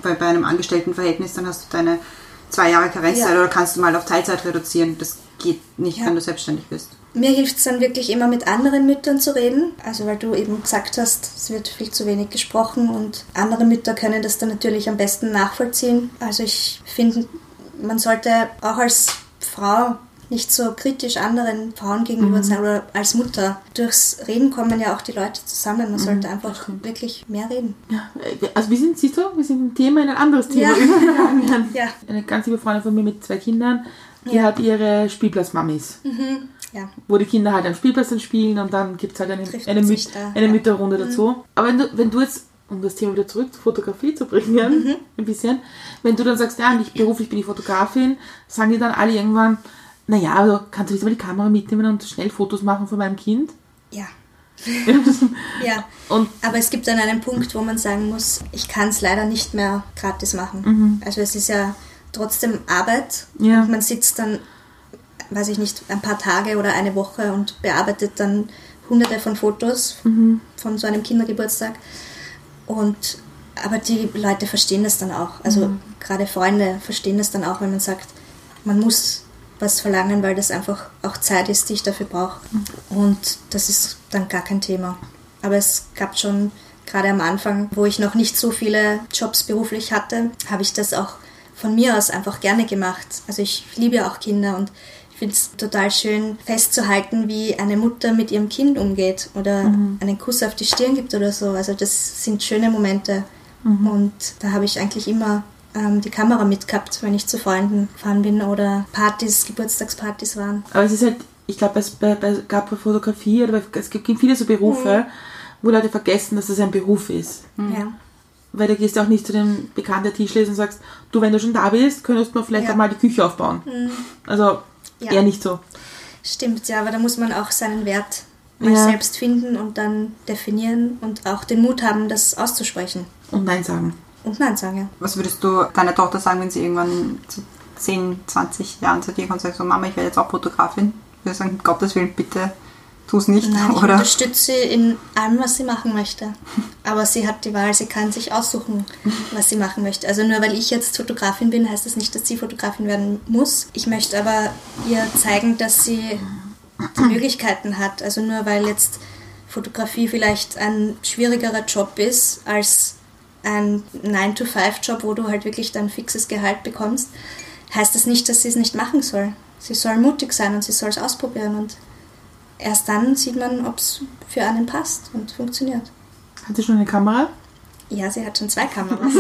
bei, bei einem Angestelltenverhältnis, dann hast du deine zwei Jahre Karenzzeit Ja. oder kannst du mal auf Teilzeit reduzieren. Das geht nicht, Ja. wenn du selbstständig bist. Mir hilft es dann wirklich immer mit anderen Müttern zu reden, also weil du eben gesagt hast, es wird viel zu wenig gesprochen und andere Mütter können das dann natürlich am besten nachvollziehen. Also ich finde, man sollte auch als Frau nicht so kritisch anderen Frauen gegenüber Mhm. sein oder als Mutter. Durchs Reden kommen ja auch die Leute zusammen, man sollte einfach wirklich mehr reden. Ja, also wir sind, siehst du, wir sind ein Thema in ein anderes Thema Ja. übergegangen. Ja. Eine ganz liebe Freundin von mir mit zwei Kindern, die Ja. hat ihre Spielplatzmamis, Ja. wo die Kinder halt am Spielplatz dann spielen und dann gibt es halt eine, Trifft eine, man Müt sich da, eine ja. Mütterrunde dazu. Aber wenn du, wenn du jetzt, um das Thema wieder zurück zur Fotografie zu bringen, ein bisschen, wenn du dann sagst, ja, und ich beruflich bin ich Fotografin, sagen die dann alle irgendwann, naja, also kannst du nicht mal die Kamera mitnehmen und schnell Fotos machen von meinem Kind? Ja. Ja. Und Aber es gibt dann einen Punkt, wo man sagen muss, ich kann es leider nicht mehr gratis machen. Mhm. Also es ist ja trotzdem Arbeit Ja. und man sitzt dann, weiß ich nicht, ein paar Tage oder eine Woche und bearbeitet dann hunderte von Fotos Mhm. von so einem Kindergeburtstag. Und aber die Leute verstehen das dann auch. Also Mhm. gerade Freunde verstehen das dann auch, wenn man sagt, man muss was verlangen, weil das einfach auch Zeit ist, die ich dafür brauche. Und das ist dann gar kein Thema. Aber es gab schon, gerade am Anfang, wo ich noch nicht so viele Jobs beruflich hatte, habe ich das auch von mir aus einfach gerne gemacht. Also ich liebe ja auch Kinder und ich finde es total schön festzuhalten, wie eine Mutter mit ihrem Kind umgeht oder einen Kuss auf die Stirn gibt oder so. Also das sind schöne Momente. Und da habe ich eigentlich immer ähm, die Kamera mitgehabt, wenn ich zu Freunden gefahren bin oder Partys, Geburtstagspartys waren. Aber es ist halt, ich glaube, es bei, bei, gab bei Fotografie, oder bei, es gibt viele so Berufe, wo Leute vergessen, dass es ein Beruf ist. Ja. Weil du gehst ja auch nicht zu dem bekannten Tischler und sagst, du, wenn du schon da bist, könntest du vielleicht Ja. auch mal die Küche aufbauen. Also Ja. eher nicht so. Stimmt, ja, aber da muss man auch seinen Wert mal Ja. selbst finden und dann definieren und auch den Mut haben, das auszusprechen. Und Nein sagen. Und Nein sagen, ja. Was würdest du deiner Tochter sagen, wenn sie irgendwann zu zehn, zwanzig Jahren zu dir kommt und sagt so, Mama, ich werde jetzt auch Fotografin? Ich würde sagen, um Gottes Willen, bitte tu es nicht. Nein, ich oder? unterstütze sie in allem, was sie machen möchte. Aber sie hat die Wahl, sie kann sich aussuchen, was sie machen möchte. Also nur weil ich jetzt Fotografin bin, heißt das nicht, dass sie Fotografin werden muss. Ich möchte aber ihr zeigen, dass sie die Möglichkeiten hat. Also nur weil jetzt Fotografie vielleicht ein schwierigerer Job ist als ein nine to five Job, wo du halt wirklich dein fixes Gehalt bekommst, heißt das nicht, dass sie es nicht machen soll. Sie soll mutig sein und sie soll es ausprobieren und erst dann sieht man, ob es für einen passt und funktioniert. Hat sie schon eine Kamera? Ja, sie hat schon zwei Kameras.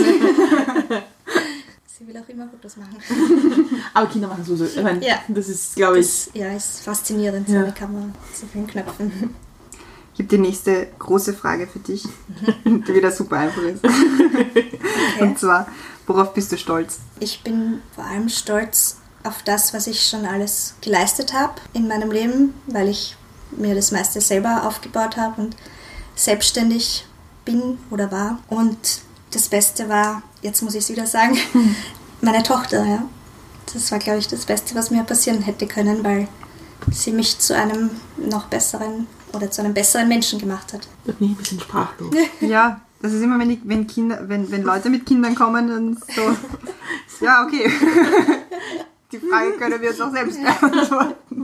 Sie will auch immer Fotos machen. Aber Kinder machen so so. Ich meine, Ja. das ist, glaube ich, Das ja, ist faszinierend, so Ja. eine Kamera. So vielen Knöpfen. Ich habe die nächste große Frage für dich, die wieder super einfach ist. Okay. Und zwar, worauf bist du stolz? Ich bin vor allem stolz auf das, was ich schon alles geleistet habe in meinem Leben, weil ich mir das meiste selber aufgebaut habe und selbstständig bin oder war. Und das Beste war, jetzt muss ich es wieder sagen, meine Tochter. Ja. Das war, glaube ich, das Beste, was mir passieren hätte können, weil sie mich zu einem noch besseren oder zu einem besseren Menschen gemacht hat. da bin ich ein bisschen sprachlos. Ja, das ist immer, wenn, die, wenn, Kinder, wenn, wenn Leute mit Kindern kommen, dann so, ja, okay. Die Frage können wir uns auch selbst beantworten.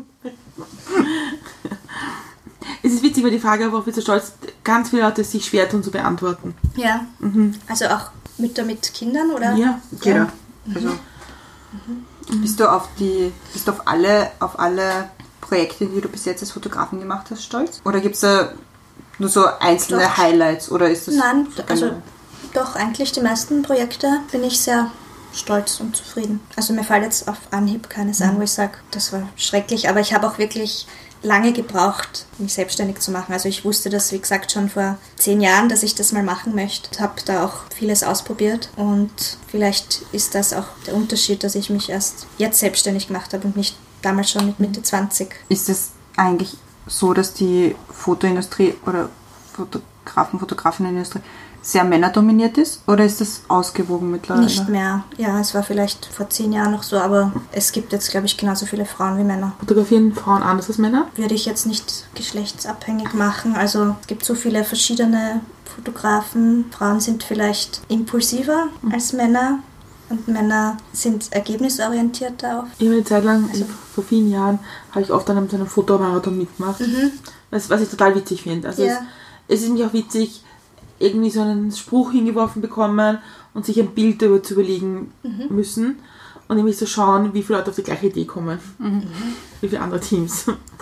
Es ist witzig, weil die Frage, worauf bist du stolz, ganz viele Leute sich schwer tun zu beantworten. Ja, also auch Mütter mit Kindern, oder? Ja, Jeder. Also, bist du auf die, bist du auf alle, auf alle Projekte, die du bis jetzt als Fotografin gemacht hast, stolz? Oder gibt es da nur so einzelne Doch. Highlights? Oder ist das Nein, so also generell? doch, eigentlich die meisten Projekte bin ich sehr stolz und zufrieden. Also mir fällt jetzt auf Anhieb keines an, wo ich sage, das war schrecklich, aber ich habe auch wirklich lange gebraucht, mich selbstständig zu machen. Also ich wusste das, wie gesagt, schon vor zehn Jahren, dass ich das mal machen möchte. Habe da auch vieles ausprobiert und vielleicht ist das auch der Unterschied, dass ich mich erst jetzt selbstständig gemacht habe und nicht damals schon mit Mitte zwanzig. Ist es eigentlich so, dass die Fotoindustrie oder Fotografen, Fotografinnenindustrie sehr männerdominiert ist? Oder ist das ausgewogen mittlerweile? Nicht mehr. Ja, es war vielleicht vor zehn Jahren noch so, aber es gibt jetzt, glaube ich, genauso viele Frauen wie Männer. Fotografieren Frauen anders als Männer? Würde ich jetzt nicht geschlechtsabhängig machen. Also es gibt so viele verschiedene Fotografen. Frauen sind vielleicht impulsiver mhm. als Männer. Und Männer sind ergebnisorientierter auch. Ich habe eine Zeit lang, also vor vielen Jahren, habe ich oft an einem, so einem Fotomarathon mitgemacht. Mhm. Was, was ich total witzig finde. Also yeah. es, es ist mich auch witzig, irgendwie so einen Spruch hingeworfen bekommen und sich ein Bild darüber zu überlegen mhm. müssen. Und nämlich so schauen, wie viele Leute auf die gleiche Idee kommen. Mhm. Wie viele andere Teams.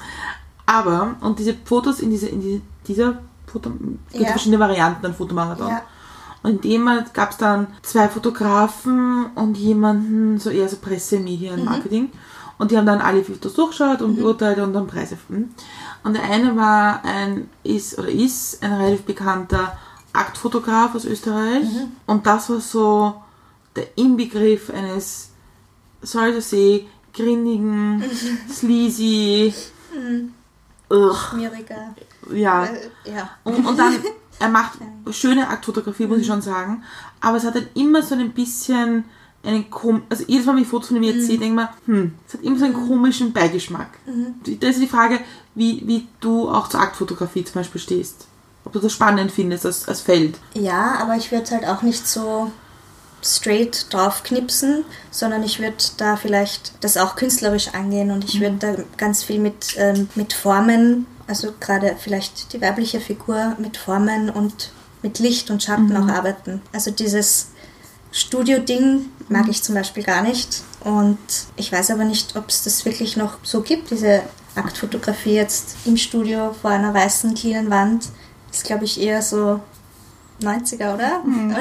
Aber, und diese Fotos in, diese, in diese, dieser Foto, es gibt yeah. verschiedene Varianten an Fotomarathon. Yeah. Und in dem gab es dann zwei Fotografen und jemanden, so eher so Presse, Medien, mhm. Marketing. Und die haben dann alle Fotos durchgeschaut und mhm. beurteilt und dann Preise. Und der eine war ein, ist oder ist ein relativ bekannter Aktfotograf aus Österreich. Mhm. Und das war so der Inbegriff eines, sorry to say, grindigen, mhm. sleazy, mhm. schmieriger. Ja. ja. Und, und dann, er macht schöne Aktfotografie, muss mhm. ich schon sagen, aber es hat dann immer so ein bisschen einen kom- also jedes Mal, wenn ich Fotos von ihm jetzt mhm. sehe, denke ich mir, hm, es hat immer so einen komischen Beigeschmack. Mhm. Da ist die Frage, wie, wie du auch zur Aktfotografie zum Beispiel stehst. Ob du das spannend findest als, als Feld. Ja, aber ich würde es halt auch nicht so straight drauf knipsen, sondern ich würde da vielleicht das auch künstlerisch angehen und ich würde da ganz viel mit, ähm, mit Formen, also gerade vielleicht die weibliche Figur mit Formen und mit Licht und Schatten mhm. auch arbeiten. Also dieses Studio-Ding mag ich zum Beispiel gar nicht und ich weiß aber nicht, ob es das wirklich noch so gibt, diese Aktfotografie jetzt im Studio vor einer weißen, cleanen Wand. Ist, glaube ich, eher so neunziger, oder? Mhm.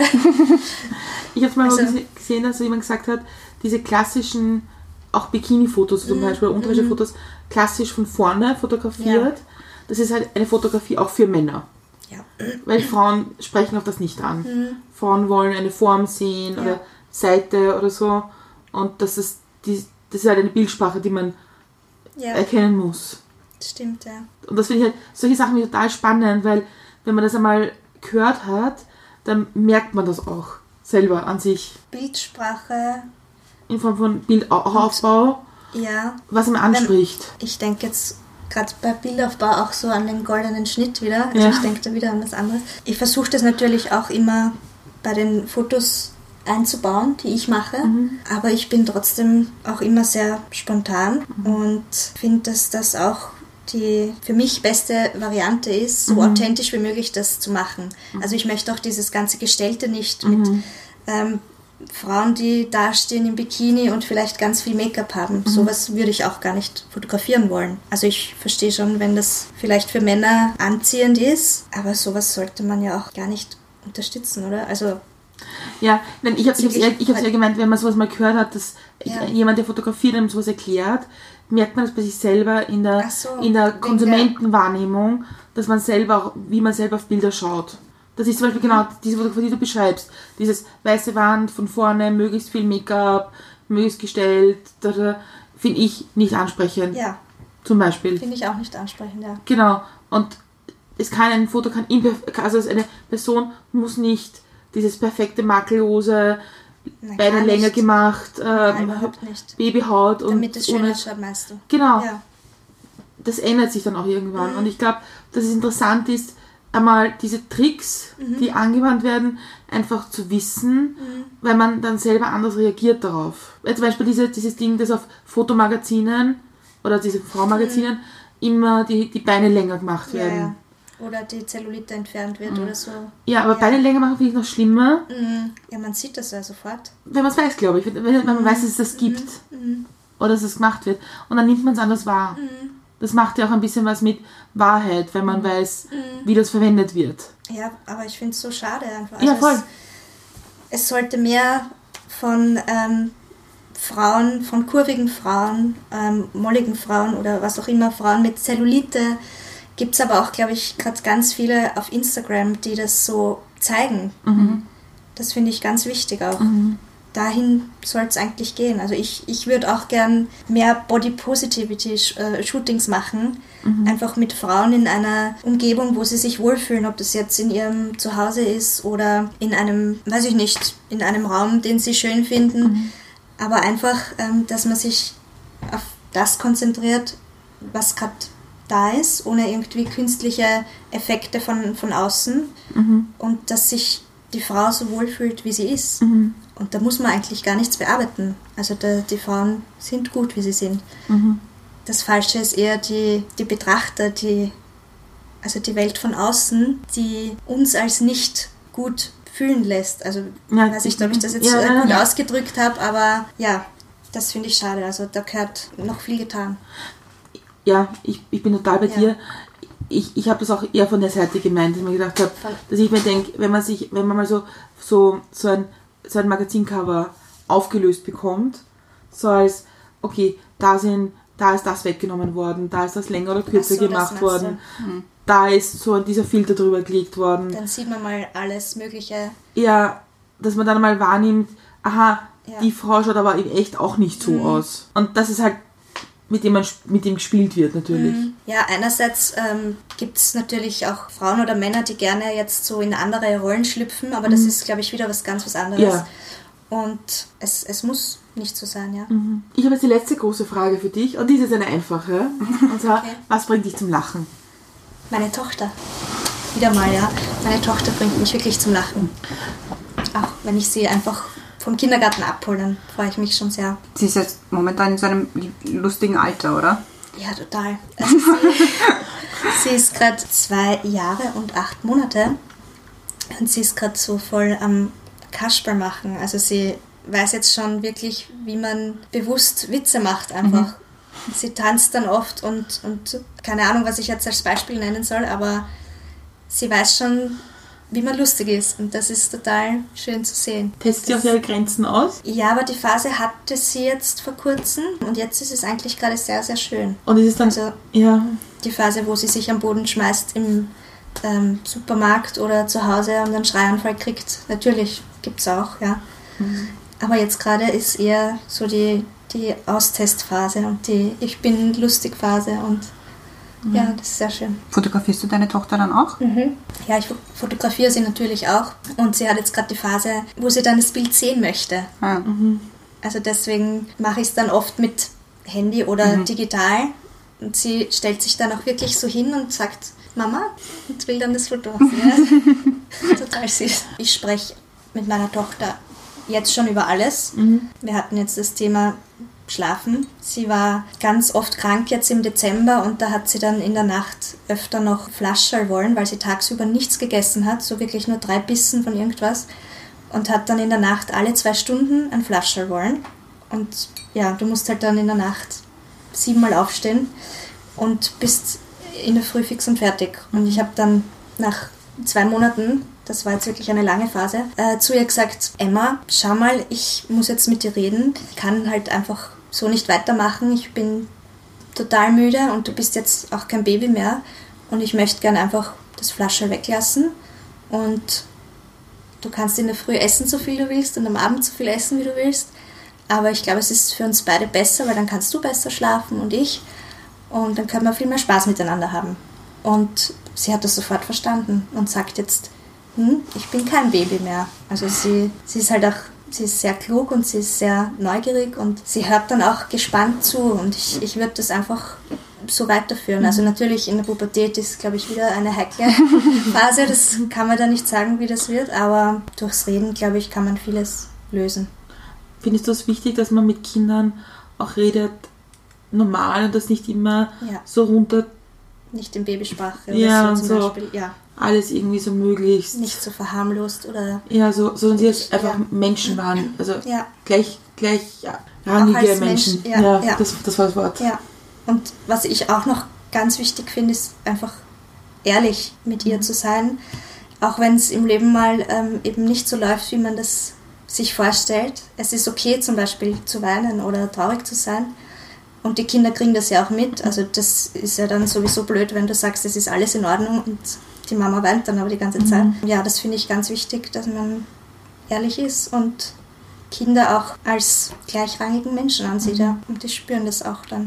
Ich habe es mal also, gesehen, dass jemand gesagt hat, diese klassischen, auch Bikini-Fotos zum mm, Beispiel, Unterwäsche-Fotos, mm. klassisch von vorne fotografiert. Ja. Das ist halt eine Fotografie auch für Männer. Ja. Weil Frauen sprechen auf das nicht an. Mm. Frauen wollen eine Form sehen ja. oder Seite oder so. Und das ist, die, das ist halt eine Bildsprache, die man ja. erkennen muss. Stimmt, ja. Und das finde ich halt, solche Sachen total spannend, weil wenn man das einmal gehört hat, dann merkt man das auch selber an sich. Bildsprache. In Form von Bildaufbau. Ja. Was man anspricht. Ich denke jetzt gerade bei Bildaufbau auch so an den goldenen Schnitt wieder. Also ja. ich denke da wieder an was anderes. Ich versuche das natürlich auch immer bei den Fotos einzubauen, die ich mache. Mhm. Aber ich bin trotzdem auch immer sehr spontan mhm. und finde, dass das auch die für mich beste Variante ist, so mhm. authentisch wie möglich das zu machen. Mhm. Also ich möchte auch dieses ganze Gestellte nicht mhm. mit ähm, Frauen, die dastehen im Bikini und vielleicht ganz viel Make-up haben. Mhm. Sowas würde ich auch gar nicht fotografieren wollen. Also ich verstehe schon, wenn das vielleicht für Männer anziehend ist, aber sowas sollte man ja auch gar nicht unterstützen, oder? Also ja, nein, ich habe es ja, ich ja gemeint, wenn man sowas mal gehört hat, dass ja. jemand, der fotografiert und sowas erklärt, merkt man das bei sich selber in der, so, in der Konsumentenwahrnehmung, dass man selber auch, wie man selber auf Bilder schaut. Das ist zum Beispiel genau diese Fotografie, die du beschreibst. Dieses weiße Wand von vorne, möglichst viel Make-up, möglichst gestellt, finde ich nicht ansprechend. Ja. Zum Beispiel. Finde ich auch nicht ansprechend, ja. Genau. Und es kann ein Foto, kann imperfekt, also eine Person muss nicht dieses perfekte makellose, Nein, Beine länger nicht. gemacht, äh, Nein, überhaupt nicht. Babyhaut und damit es schön ausschaut, meinst du? Genau. Ja. Das ändert sich dann auch irgendwann. Mhm. Und ich glaube, dass es interessant ist, einmal diese Tricks, mhm. die angewandt werden, einfach zu wissen, mhm. weil man dann selber anders reagiert darauf. Weil zum Beispiel diese, dieses Ding, das auf Fotomagazinen oder diese Frauenmagazinen mhm. immer die, die Beine länger gemacht werden. Ja, ja. Oder die Zellulite entfernt wird mhm. oder so. Ja, aber ja. Beine länger machen finde ich noch schlimmer. Mhm. Ja, man sieht das ja sofort. Wenn man es weiß, glaube ich. Wenn, wenn man mhm. weiß, dass es das gibt. Mhm. Oder dass es gemacht wird. Und dann nimmt man es anders wahr. Mhm. Das macht ja auch ein bisschen was mit Wahrheit, wenn man mhm. weiß, mhm. wie das verwendet wird. Ja, aber ich finde es so schade einfach. Also ja, voll. Es, es sollte mehr von ähm, Frauen, von kurvigen Frauen, ähm, molligen Frauen oder was auch immer, Frauen mit Zellulite. Gibt es aber auch, glaube ich, gerade ganz viele auf Instagram, die das so zeigen. Mhm. Das finde ich ganz wichtig auch. Mhm. dahin soll es eigentlich gehen. Also ich, ich würde auch gern mehr Body Positivity äh, Shootings machen, mhm. einfach mit Frauen in einer Umgebung, wo sie sich wohlfühlen, ob das jetzt in ihrem Zuhause ist oder in einem, weiß ich nicht, in einem Raum, den sie schön finden, mhm. aber einfach, ähm, dass man sich auf das konzentriert, was gerade da ist, ohne irgendwie künstliche Effekte von, von außen mhm. und dass sich die Frau so wohlfühlt, wie sie ist. Mhm. Und da muss man eigentlich gar nichts bearbeiten. Also da, die Frauen sind gut, wie sie sind. Mhm. Das Falsche ist eher die, die Betrachter, die, also die Welt von außen, die uns als nicht gut fühlen lässt. Also ja, weiß ich, ob ich das jetzt ja, gut ja, ja. ausgedrückt habe, aber ja, das finde ich schade. Also da gehört noch viel getan. Ja, ich, ich bin total bei ja. dir. Ich, ich habe das auch eher von der Seite gemeint, dass ich mir gedacht habe, dass ich mir denke, wenn man sich, wenn man mal so, so, so ein so ein Magazincover aufgelöst bekommt, so als, okay, da sind, da ist das weggenommen worden, da ist das länger oder kürzer so, gemacht worden, mhm. da ist so dieser Filter drüber gelegt worden. Dann sieht man mal alles Mögliche. Ja, dass man dann mal wahrnimmt, aha, ja. die Frau schaut aber in echt auch nicht so mhm. aus. Und das ist halt, mit dem man mit dem gespielt wird natürlich. Ja, einerseits ähm, gibt es natürlich auch Frauen oder Männer, die gerne jetzt so in andere Rollen schlüpfen, aber mhm. das ist, glaube ich, wieder was ganz was anderes. Ja. Und es, es muss nicht so sein, ja. Mhm. Ich habe jetzt die letzte große Frage für dich und diese ist eine einfache. Und zwar, okay. was bringt dich zum Lachen? Meine Tochter. Wieder mal, ja. Meine Tochter bringt mich wirklich zum Lachen. Auch wenn ich sie einfach vom Kindergarten abholen, dann freue ich mich schon sehr. Sie ist jetzt momentan in so einem lustigen Alter, oder? Ja, total. Also sie, sie ist gerade zwei Jahre und acht Monate und sie ist gerade so voll am Kasperl machen. Also sie weiß jetzt schon wirklich, wie man bewusst Witze macht einfach. Mhm. Sie tanzt dann oft und, und keine Ahnung, was ich jetzt als Beispiel nennen soll, aber sie weiß schon, wie man lustig ist. Und das ist total schön zu sehen. Testet sie auch ihre Grenzen aus? Ja, aber die Phase hatte sie jetzt vor kurzem und jetzt ist es eigentlich gerade sehr, sehr schön. Und ist es dann, also ja. die Phase, wo sie sich am Boden schmeißt im ähm, Supermarkt oder zu Hause und einen Schreianfall kriegt, natürlich gibt es auch, ja. Mhm. Aber jetzt gerade ist eher so die, die Austestphase und die Ich-bin-lustig-Phase und ja, das ist sehr schön. Fotografierst du deine Tochter dann auch? Mhm. Ja, ich fotografiere sie natürlich auch. Und sie hat jetzt gerade die Phase, wo sie dann das Bild sehen möchte. Ah. Mhm. Also deswegen mache ich es dann oft mit Handy oder mhm. digital. Und sie stellt sich dann auch wirklich so hin und sagt, Mama, und will dann das Foto sehen. Total süß. Ich spreche mit meiner Tochter jetzt schon über alles. Mhm. Wir hatten jetzt das Thema Schlafen. Sie war ganz oft krank jetzt im Dezember und da hat sie dann in der Nacht öfter noch Flascherl wollen, weil sie tagsüber nichts gegessen hat, so wirklich nur drei Bissen von irgendwas und hat dann in der Nacht alle zwei Stunden ein Flascherl wollen. Und ja, du musst halt dann in der Nacht siebenmal aufstehen und bist in der Früh fix und fertig. Und ich habe dann nach zwei Monaten, das war jetzt wirklich eine lange Phase, äh, zu ihr gesagt, Emma, schau mal, ich muss jetzt mit dir reden, ich kann halt einfach so nicht weitermachen, ich bin total müde und du bist jetzt auch kein Baby mehr und ich möchte gerne einfach das Flasche weglassen und du kannst in der Früh essen, so viel du willst und am Abend so viel essen, wie du willst, aber ich glaube, es ist für uns beide besser, weil dann kannst du besser schlafen und ich und dann können wir viel mehr Spaß miteinander haben. Und sie hat das sofort verstanden und sagt jetzt, hm, ich bin kein Baby mehr. Also sie, sie ist halt auch, sie ist sehr klug und sie ist sehr neugierig und sie hört dann auch gespannt zu und ich, ich würde das einfach so weiterführen. Also natürlich in der Pubertät ist, glaube ich, wieder eine heikle Phase, das kann man da nicht sagen, wie das wird, aber durchs Reden, glaube ich, kann man vieles lösen. Findest du es wichtig, dass man mit Kindern auch redet, normal und das nicht immer ja. so runter... Nicht in Babysprache ja, oder so zum so Beispiel, ja. Alles irgendwie so möglichst. Nicht so verharmlost oder... Ja, so, sondern sie jetzt einfach ja. Menschen waren. Also ja. gleich, gleich ja, rangige Menschen. Mensch, ja, ja, ja. Das, das war das Wort. Ja. Und was ich auch noch ganz wichtig finde, ist einfach ehrlich mit ihr zu sein. Auch wenn es im Leben mal ähm, eben nicht so läuft, wie man das sich vorstellt. Es ist okay, zum Beispiel zu weinen oder traurig zu sein. Und die Kinder kriegen das ja auch mit. Also das ist ja dann sowieso blöd, wenn du sagst, es ist alles in Ordnung und die Mama weint dann aber die ganze Zeit. Mhm. Ja, das finde ich ganz wichtig, dass man ehrlich ist und Kinder auch als gleichrangigen Menschen ansieht. Ja. Und die spüren das auch dann.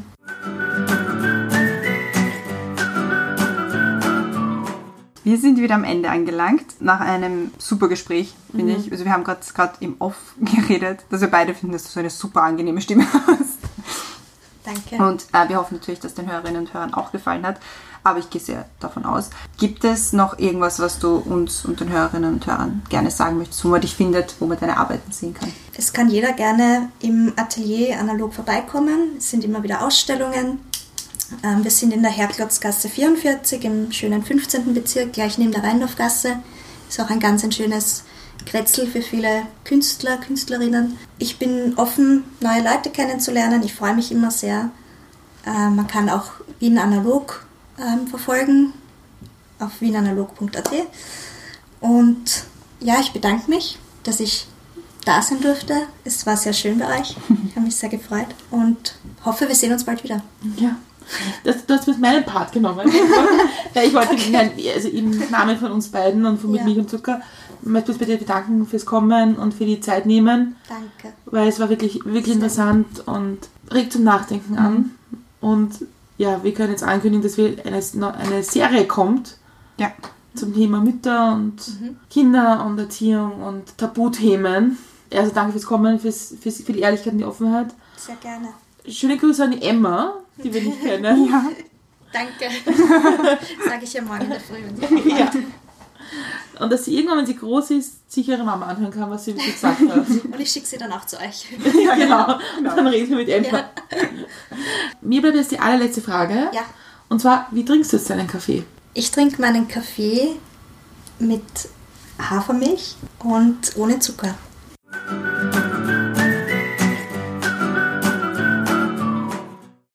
Wir sind wieder am Ende angelangt, nach einem super Gespräch, finde Mhm. ich. Also wir haben gerade im Off geredet, dass wir beide finden, dass du so eine super angenehme Stimme hast. Danke. Und äh, wir hoffen natürlich, dass den Hörerinnen und Hörern auch gefallen hat. Aber ich gehe sehr davon aus. Gibt es noch irgendwas, was du uns und den Hörerinnen und Hörern gerne sagen möchtest, wo man dich findet, wo man deine Arbeiten sehen kann? Es kann jeder gerne im Atelier analog vorbeikommen. Es sind immer wieder Ausstellungen. Ähm, wir sind in der Herklotzgasse vierundvierzig im schönen fünfzehnten Bezirk, gleich neben der Rheindorfgasse. Ist auch ein ganz ein schönes Kretzel für viele Künstler, Künstlerinnen. Ich bin offen, neue Leute kennenzulernen. Ich freue mich immer sehr. Äh, man kann auch Wien Analog ähm, verfolgen auf wienanalog punkt a t. Und ja, ich bedanke mich, dass ich da sein durfte. Es war sehr schön bei euch. Ich habe mich sehr gefreut und hoffe, wir sehen uns bald wieder. Ja. Das, du hast mit meinem Part genommen. Weil ich wollte, nein, also im Namen von uns beiden und von Ja. Milch und Zucker, möchte ich bei dir bedanken fürs Kommen und für die Zeit nehmen. Danke. Weil es war wirklich, wirklich interessant und regt zum Nachdenken an. Und ja, wir können jetzt ankündigen, dass wir eine, eine Serie kommt Ja. zum Thema Mütter und Kinder und Erziehung und Tabuthemen. Also danke fürs Kommen, fürs, fürs, für die Ehrlichkeit und die Offenheit. Sehr gerne. Schöne Grüße an die Emma, die wir nicht kennen. Ja. Danke. Sage ich ja morgen in der Früh. Wenn die Ja. Und dass sie irgendwann, wenn sie groß ist, sich ihre Mama anhören kann, was sie gesagt hat. Und ich schicke sie dann auch zu euch. Ja, genau. Dann reden wir mit Emma. Ja. Mir bleibt jetzt die allerletzte Frage. Ja. Und zwar, wie trinkst du jetzt deinen Kaffee? Ich trinke meinen Kaffee mit Hafermilch und ohne Zucker.